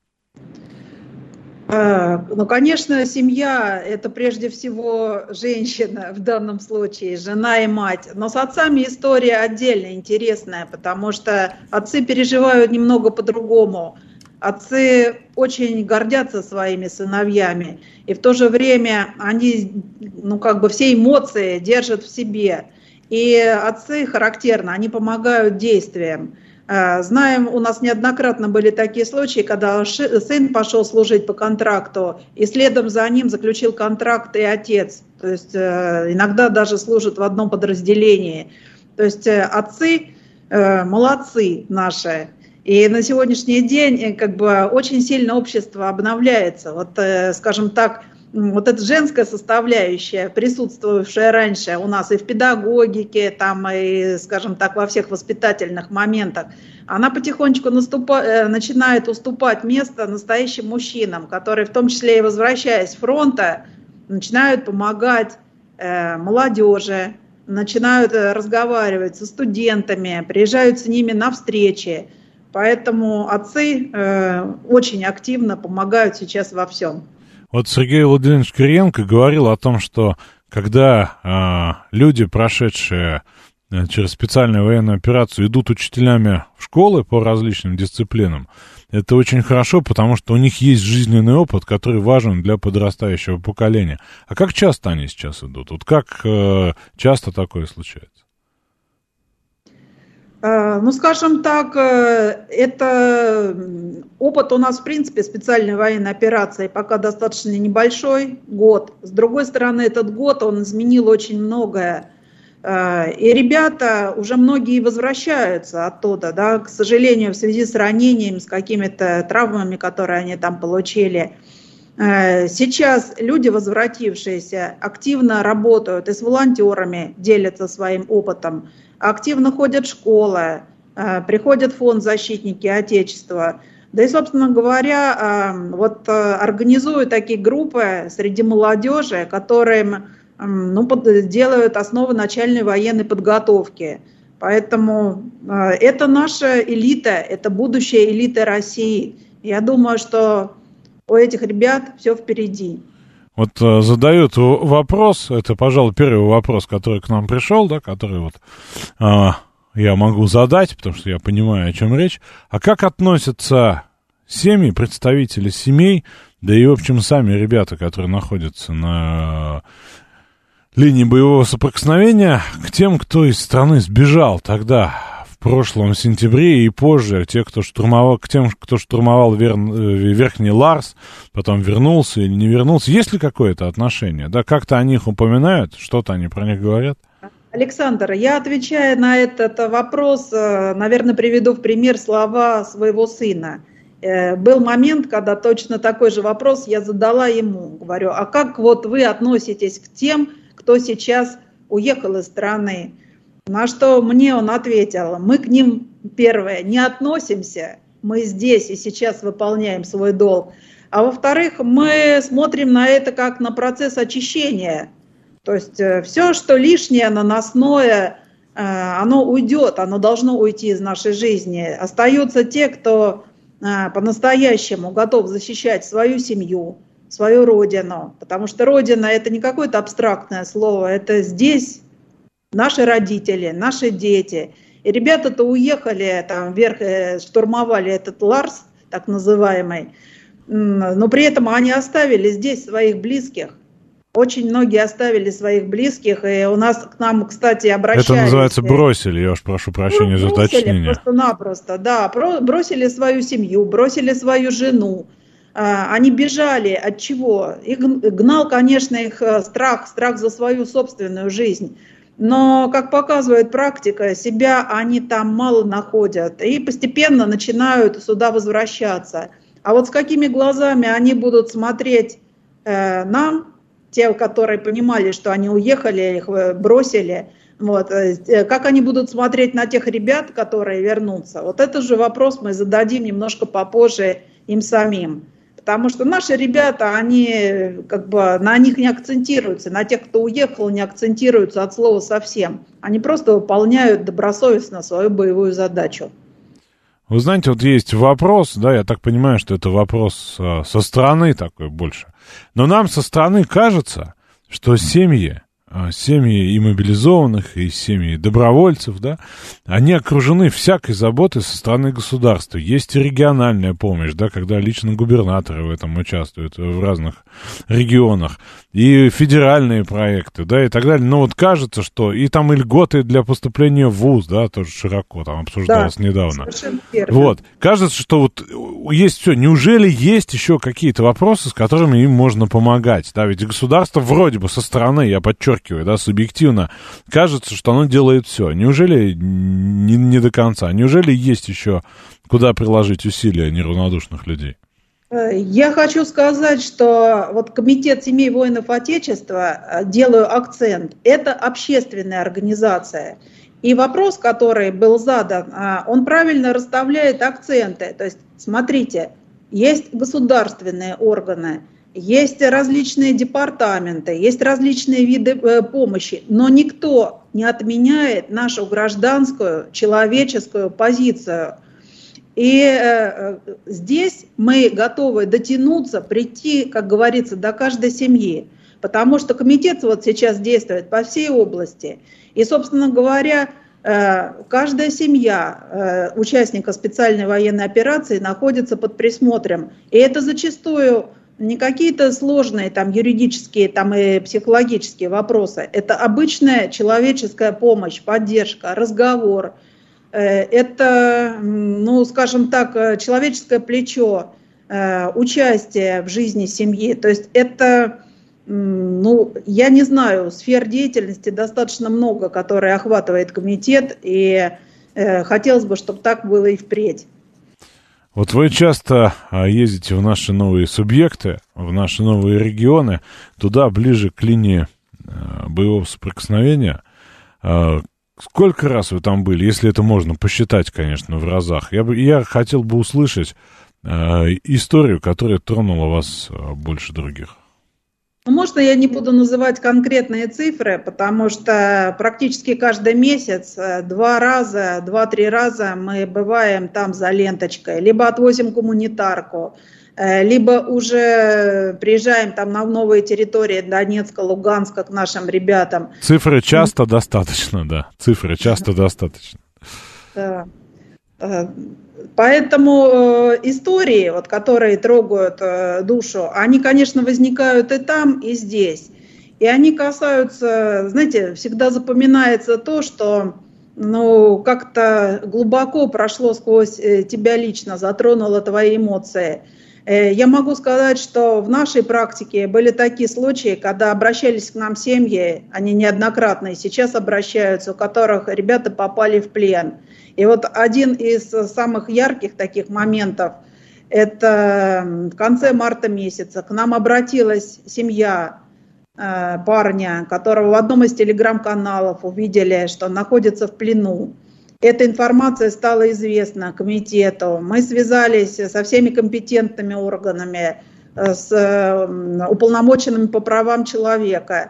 Ну, конечно, семья – это прежде всего женщина в данном случае, жена и мать. Но с отцами история отдельно интересная, потому что отцы переживают немного по-другому. Отцы очень гордятся своими сыновьями, и в то же время они, все эмоции держат в себе. И отцы характерно, они помогают действиям. Знаем, у нас неоднократно были такие случаи, когда сын пошел служить по контракту, и следом за ним заключил контракт и отец. То есть иногда даже служат в одном подразделении. То есть отцы молодцы наши. И на сегодняшний день очень сильно общество обновляется. Вот, скажем так, вот эта женская составляющая, присутствовавшая раньше у нас и в педагогике, там, и, скажем так, во всех воспитательных моментах, она потихонечку начинает уступать место настоящим мужчинам, которые, в том числе и возвращаясь с фронта, начинают помогать молодежи, начинают разговаривать со студентами, приезжают с ними на встречи. Поэтому отцы очень активно помогают сейчас во всем. Вот Сергей Владимирович Кириенко говорил о том, что когда люди, прошедшие через специальную военную операцию, идут учителями в школы по различным дисциплинам, это очень хорошо, потому что у них есть жизненный опыт, который важен для подрастающего поколения. А как часто они сейчас идут? Вот как часто такое случается? Ну, скажем так, это опыт у нас, в принципе, специальной военной операции пока достаточно небольшой, год. С другой стороны, этот год, он изменил очень многое. И ребята, уже многие возвращаются оттуда, да, к сожалению, в связи с ранениями, с какими-то травмами, которые они там получили. Сейчас люди, возвратившиеся, активно работают и с волонтерами, делятся своим опытом, активно ходят в школы, приходят в фонд «Защитники Отечества». Да и, собственно говоря, организуют такие группы среди молодежи, которые делают основы начальной военной подготовки. Поэтому это наша элита, это будущая элита России. Я думаю, что у этих ребят все впереди. Вот задают вопрос, это, пожалуй, первый вопрос, который к нам пришел, да, который я могу задать, потому что я понимаю, о чем речь. А как относятся семьи, представители семей, да и, в общем, сами ребята, которые находятся на линии боевого соприкосновения, к тем, кто из страны сбежал тогда, в прошлом сентябре и позже, к тем, кто штурмовал Верхний Ларс, потом вернулся или не вернулся? Есть ли какое-то отношение? Да, как-то о них упоминают, что-то они про них говорят? Александр, я, отвечая на этот вопрос, наверное, приведу в пример слова своего сына. Был момент, когда точно такой же вопрос я задала ему. Говорю, а как вот вы относитесь к тем, кто сейчас уехал из страны? На что мне он ответил, мы к ним, первое, не относимся, мы здесь и сейчас выполняем свой долг. А во-вторых, мы смотрим на это как на процесс очищения. То есть все, что лишнее, наносное, оно уйдет, оно должно уйти из нашей жизни. Остаются те, кто по-настоящему готов защищать свою семью, свою родину. Потому что родина – это не какое-то абстрактное слово, это здесь наши родители, наши дети. И ребята-то уехали там вверх, штурмовали этот Ларс, так называемый, но при этом они оставили здесь своих близких. Очень многие оставили своих близких, и у нас к нам, кстати, обращались. Это называется бросили, я уж прошу прощения за уточнение. Просто-напросто, да, бросили свою семью, бросили свою жену. Они бежали от чего? Их гнал, конечно, их страх за свою собственную жизнь. Но, как показывает практика, себя они там мало находят и постепенно начинают сюда возвращаться. А вот с какими глазами они будут смотреть нам, те, которые понимали, что они уехали, их бросили, вот, как они будут смотреть на тех ребят, которые вернутся? Вот этот же вопрос мы зададим немножко попозже им самим. Потому что наши ребята, они как бы на них не акцентируются, на тех, кто уехал, не акцентируются от слова совсем. Они просто выполняют добросовестно свою боевую задачу. Вы знаете, вот есть вопрос, да, я так понимаю, что это вопрос со стороны такой больше. Но нам со стороны кажется, что семьи и мобилизованных, и семьи добровольцев, да, они окружены всякой заботой со стороны государства. Есть и региональная помощь, да, когда лично губернаторы в этом участвуют в разных регионах, и федеральные проекты, да, и так далее. Но вот кажется, что и там и льготы для поступления в ВУЗ, да, тоже широко там обсуждалось недавно. Совершенно верно. Вот, кажется, что вот есть все. Неужели есть еще какие-то вопросы, с которыми им можно помогать? Да, ведь государство вроде бы со стороны, я подчеркиваю, да, субъективно, кажется, что оно делает все. Неужели не до конца? Неужели есть еще куда приложить усилия неравнодушных людей? Я хочу сказать, что вот Комитет семей воинов Отечества, делаю акцент, это общественная организация. И вопрос, который был задан, он правильно расставляет акценты. То есть, смотрите, есть государственные органы, есть различные департаменты, есть различные виды помощи, но никто не отменяет нашу гражданскую, человеческую позицию. И здесь мы готовы дотянуться, прийти, как говорится, до каждой семьи, потому что комитет вот сейчас действует по всей области. И, собственно говоря, каждая семья участника специальной военной операции находится под присмотром. И это зачастую не какие-то сложные там, юридические там, и психологические вопросы. Это обычная человеческая помощь, поддержка, разговор. Это, ну, скажем так, человеческое плечо, участие в жизни семьи. То есть это, ну, я не знаю, сфер деятельности достаточно много, которые охватывает комитет, и хотелось бы, чтобы так было и впредь. Вот вы часто ездите в наши новые субъекты, в наши новые регионы, туда, ближе к линии боевого соприкосновения. Сколько раз вы там были, если это можно посчитать, конечно, в разах? Я хотел бы услышать историю, которая тронула вас больше других. Можно я не буду называть конкретные цифры, потому что практически каждый месяц 2-3 раза мы бываем там за ленточкой. Либо отвозим гуманитарку, либо уже приезжаем там на новые территории Донецка, Луганска к нашим ребятам. Цифры часто достаточно, да. Цифры часто достаточно. Да. Поэтому истории, вот, которые трогают душу, они, конечно, возникают и там, и здесь. И они касаются, знаете, всегда запоминается то, что ну, как-то глубоко прошло сквозь тебя лично, затронуло твои эмоции. Я могу сказать, что в нашей практике были такие случаи, когда обращались к нам семьи, они неоднократно и сейчас обращаются, у которых ребята попали в плен. И вот один из самых ярких таких моментов, это в конце марта месяца к нам обратилась семья парня, которого в одном из телеграм-каналов увидели, что он находится в плену. Эта информация стала известна комитету. Мы связались со всеми компетентными органами, с уполномоченными по правам человека.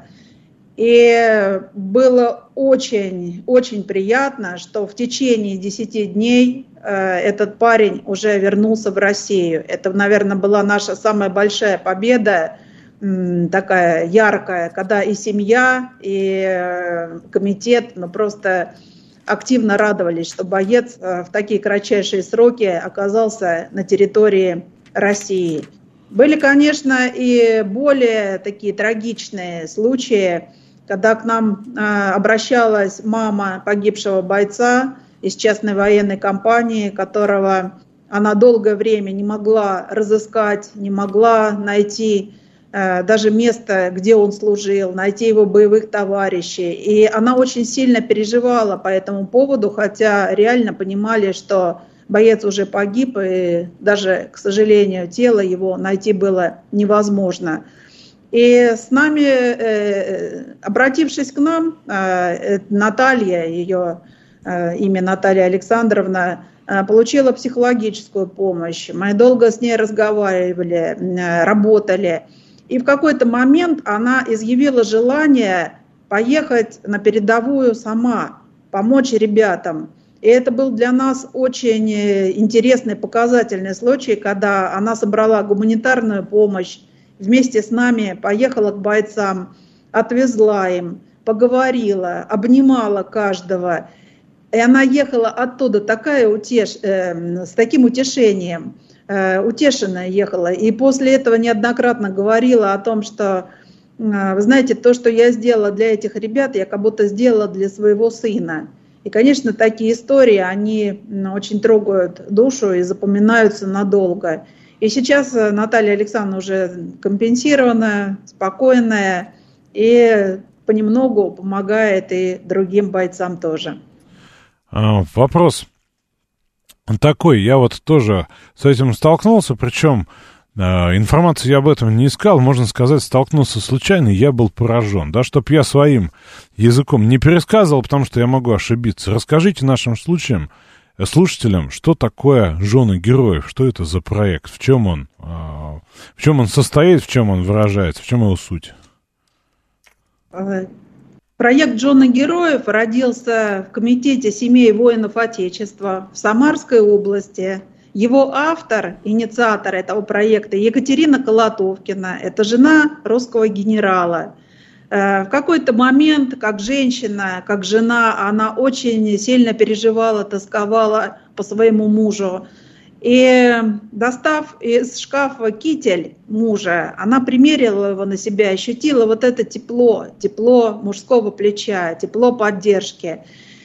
И было очень приятно, что в течение 10 дней этот парень уже вернулся в Россию. Это, наверное, была наша самая большая победа, такая яркая, когда и семья, и комитет, ну, просто активно радовались, что боец в такие кратчайшие сроки оказался на территории России. Были, конечно, и более такие трагичные случаи, когда к нам обращалась мама погибшего бойца из частной военной компании, которого она долгое время не могла разыскать, не могла найти даже место, где он служил, найти его боевых товарищей. И она очень сильно переживала по этому поводу, хотя реально понимали, что боец уже погиб, и даже, к сожалению, тело его найти было невозможно. И с нами, обратившись к нам, Наталья, ее имя Наталья Александровна, получила психологическую помощь. Мы долго с ней разговаривали, работали. И в какой-то момент она изъявила желание поехать на передовую сама, помочь ребятам. И это был для нас очень интересный, показательный случай, когда она собрала гуманитарную помощь, вместе с нами поехала к бойцам, отвезла им, поговорила, обнимала каждого. И она ехала оттуда с таким утешением, утешенная ехала. И после этого неоднократно говорила о том, что, вы знаете, то, что я сделала для этих ребят, я как будто сделала для своего сына. И, конечно, такие истории, они очень трогают душу и запоминаются надолго. И сейчас Наталья Александровна уже компенсированная, спокойная и понемногу помогает и другим бойцам тоже. Вопрос такой, я вот тоже с этим столкнулся, причем информации я об этом не искал, можно сказать, столкнулся случайно, и я был поражен. Да, чтоб я своим языком не пересказывал, потому что я могу ошибиться. Расскажите нашим слушателям, что такое «Жены героев», что это за проект, в чем он состоит, в чем он выражается, в чем его суть? Проект «Жены героев» родился в Комитете семей воинов Отечества в Самарской области. Его автор, инициатор этого проекта Екатерина Колотовкина, это жена русского генерала. В какой-то момент, как женщина, как жена, она очень сильно переживала, тосковала по своему мужу. И, достав из шкафа китель мужа, она примерила его на себя, ощутила вот это тепло мужского плеча, тепло поддержки.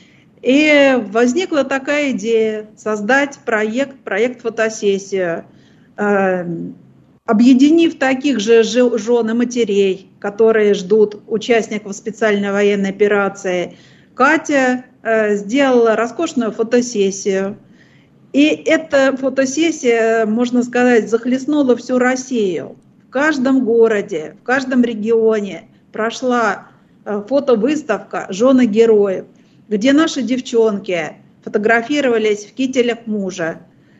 И возникла такая идея создать проект фотосессию, объединив таких же жен и матерей, которые ждут участников специальной военной операции. Катя сделала роскошную фотосессию. И эта фотосессия, можно сказать, захлестнула всю Россию. В каждом городе, в каждом регионе прошла фотовыставка «Жены героев», где наши девчонки фотографировались в кителях мужа,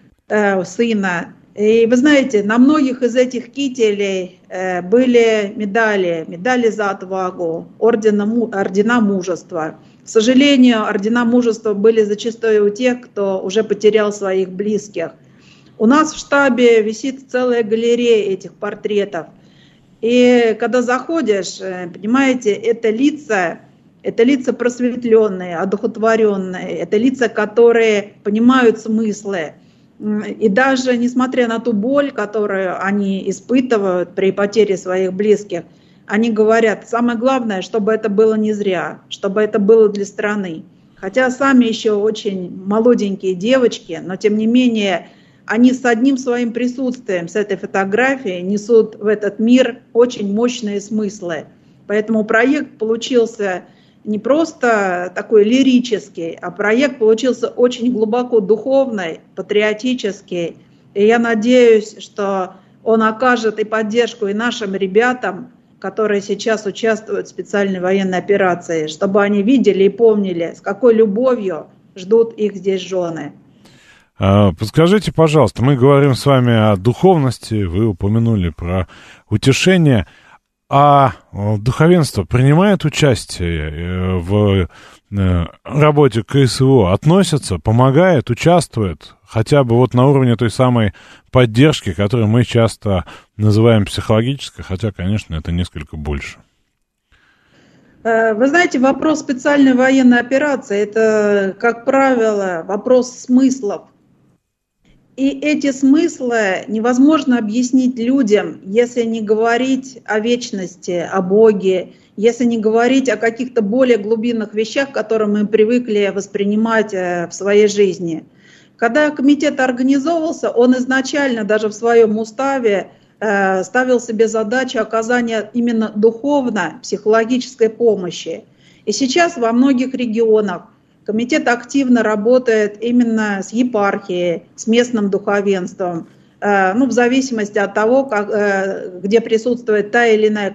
сына. И вы знаете, на многих из этих кителей были медали за отвагу, ордена мужества. К сожалению, ордена мужества были зачастую у тех, кто уже потерял своих близких. У нас в штабе висит целая галерея этих портретов. И когда заходишь, понимаете, это лица просветленные, одухотворенные, это лица, которые понимают смыслы. И даже несмотря на ту боль, которую они испытывают при потере своих близких, они говорят, самое главное, чтобы это было не зря, чтобы это было для страны. Хотя сами еще очень молоденькие девочки, но тем не менее они с одним своим присутствием, с этой фотографией несут в этот мир очень мощные смыслы. Поэтому проект получился не просто такой лирический, а проект получился очень глубоко духовный, патриотический. И я надеюсь, что он окажет и поддержку и нашим ребятам, которые сейчас участвуют в специальной военной операции, чтобы они видели и помнили, с какой любовью ждут их здесь жены. Подскажите, пожалуйста, мы говорим с вами о духовности, вы упомянули про утешение. А духовенство принимает участие в работе КСВО, относится, помогает, участвует, хотя бы вот на уровне той самой поддержки, которую мы часто называем психологической, хотя, конечно, это несколько больше. Вы знаете, вопрос специальной военной операции – это, как правило, вопрос смыслов. И эти смыслы невозможно объяснить людям, если не говорить о вечности, о Боге, если не говорить о каких-то более глубинных вещах, которые мы привыкли воспринимать в своей жизни. Когда комитет организовывался, он изначально даже в своем уставе ставил себе задачу оказания именно духовно-психологической помощи. И сейчас во многих регионах комитет активно работает именно с епархией, с местным духовенством. в зависимости от того, где присутствует та или иная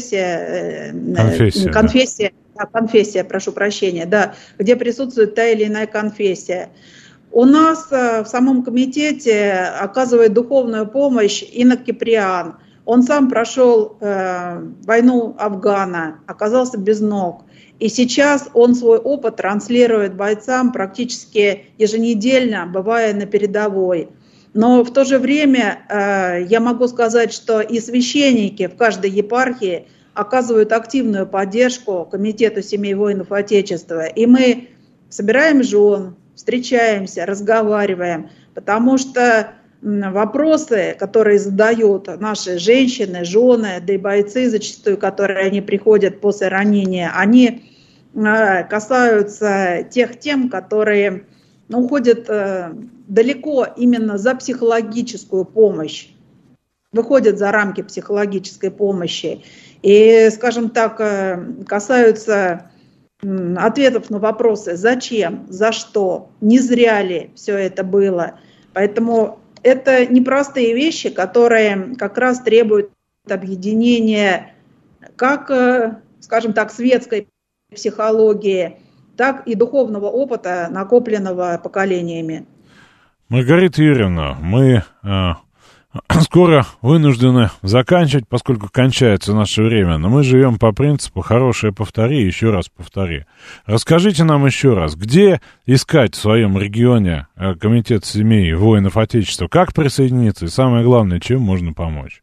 конфессия, прошу прощения, да, где присутствует та или иная конфессия. У нас в самом комитете оказывает духовную помощь инок Киприан. Он сам прошел войну Афгана, оказался без ног. И сейчас он свой опыт транслирует бойцам практически еженедельно, бывая на передовой. Но в то же время я могу сказать, что и священники в каждой епархии оказывают активную поддержку Комитету семей воинов Отечества. И мы собираем жен, встречаемся, разговариваем, потому что вопросы, которые задают наши женщины, жены, да и бойцы зачастую, которые они приходят после ранения, они касаются тех тем, которые уходят далеко именно за психологическую помощь, выходят за рамки психологической помощи и, скажем так, касаются ответов на вопросы «зачем?», «за что?», «не зря ли все это было?». Поэтому это непростые вещи, которые как раз требуют объединения как, скажем так, светской психологии, так и духовного опыта, накопленного поколениями. Маргарита Юрьевна, мы скоро вынуждены заканчивать, поскольку кончается наше время, но мы живем по принципу «хорошее повтори, еще раз повтори». Расскажите нам еще раз, где искать в своем регионе Комитет семей воинов Отечества, как присоединиться и, самое главное, чем можно помочь?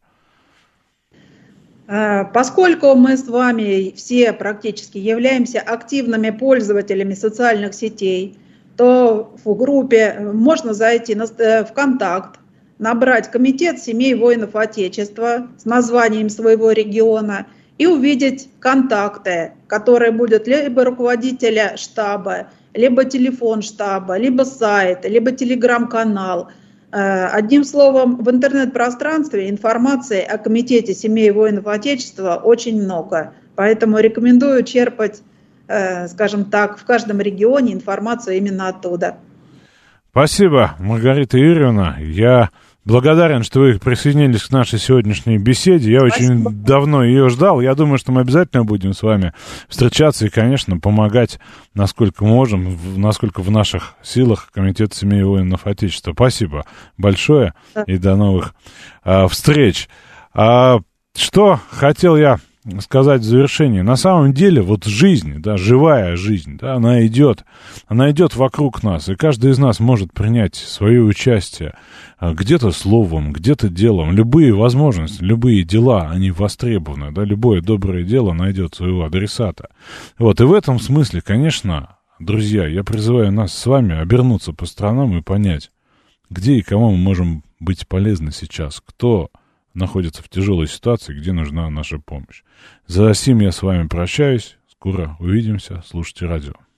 Поскольку мы с вами все практически являемся активными пользователями социальных сетей, то в группе можно зайти в контакт, набрать Комитет семей воинов Отечества с названием своего региона и увидеть контакты, которые будут либо руководителя штаба, либо телефон штаба, либо сайт, либо телеграм-канал. Одним словом, в интернет-пространстве информации о Комитете семей воинов Отечества очень много. Поэтому рекомендую черпать, скажем так, в каждом регионе информацию именно оттуда. Спасибо, Маргарита Юрьевна. Я благодарен, что вы присоединились к нашей сегодняшней беседе. Я очень давно ее ждал. Я думаю, что мы обязательно будем с вами встречаться и, конечно, помогать, насколько можем, насколько в наших силах Комитет семей воинов Отечества. Спасибо большое и до новых встреч. Что хотел я сказать в завершении. На самом деле, вот жизнь, да, живая жизнь, да, она идет вокруг нас, и каждый из нас может принять свое участие где-то словом, где-то делом. Любые возможности, любые дела, они востребованы, да, любое доброе дело найдет своего адресата. Вот, и в этом смысле, конечно, друзья, я призываю нас с вами обернуться по сторонам и понять, где и кому мы можем быть полезны сейчас, кто находится в тяжелой ситуации, где нужна наша помощь. За сим я с вами прощаюсь. Скоро увидимся. Слушайте радио.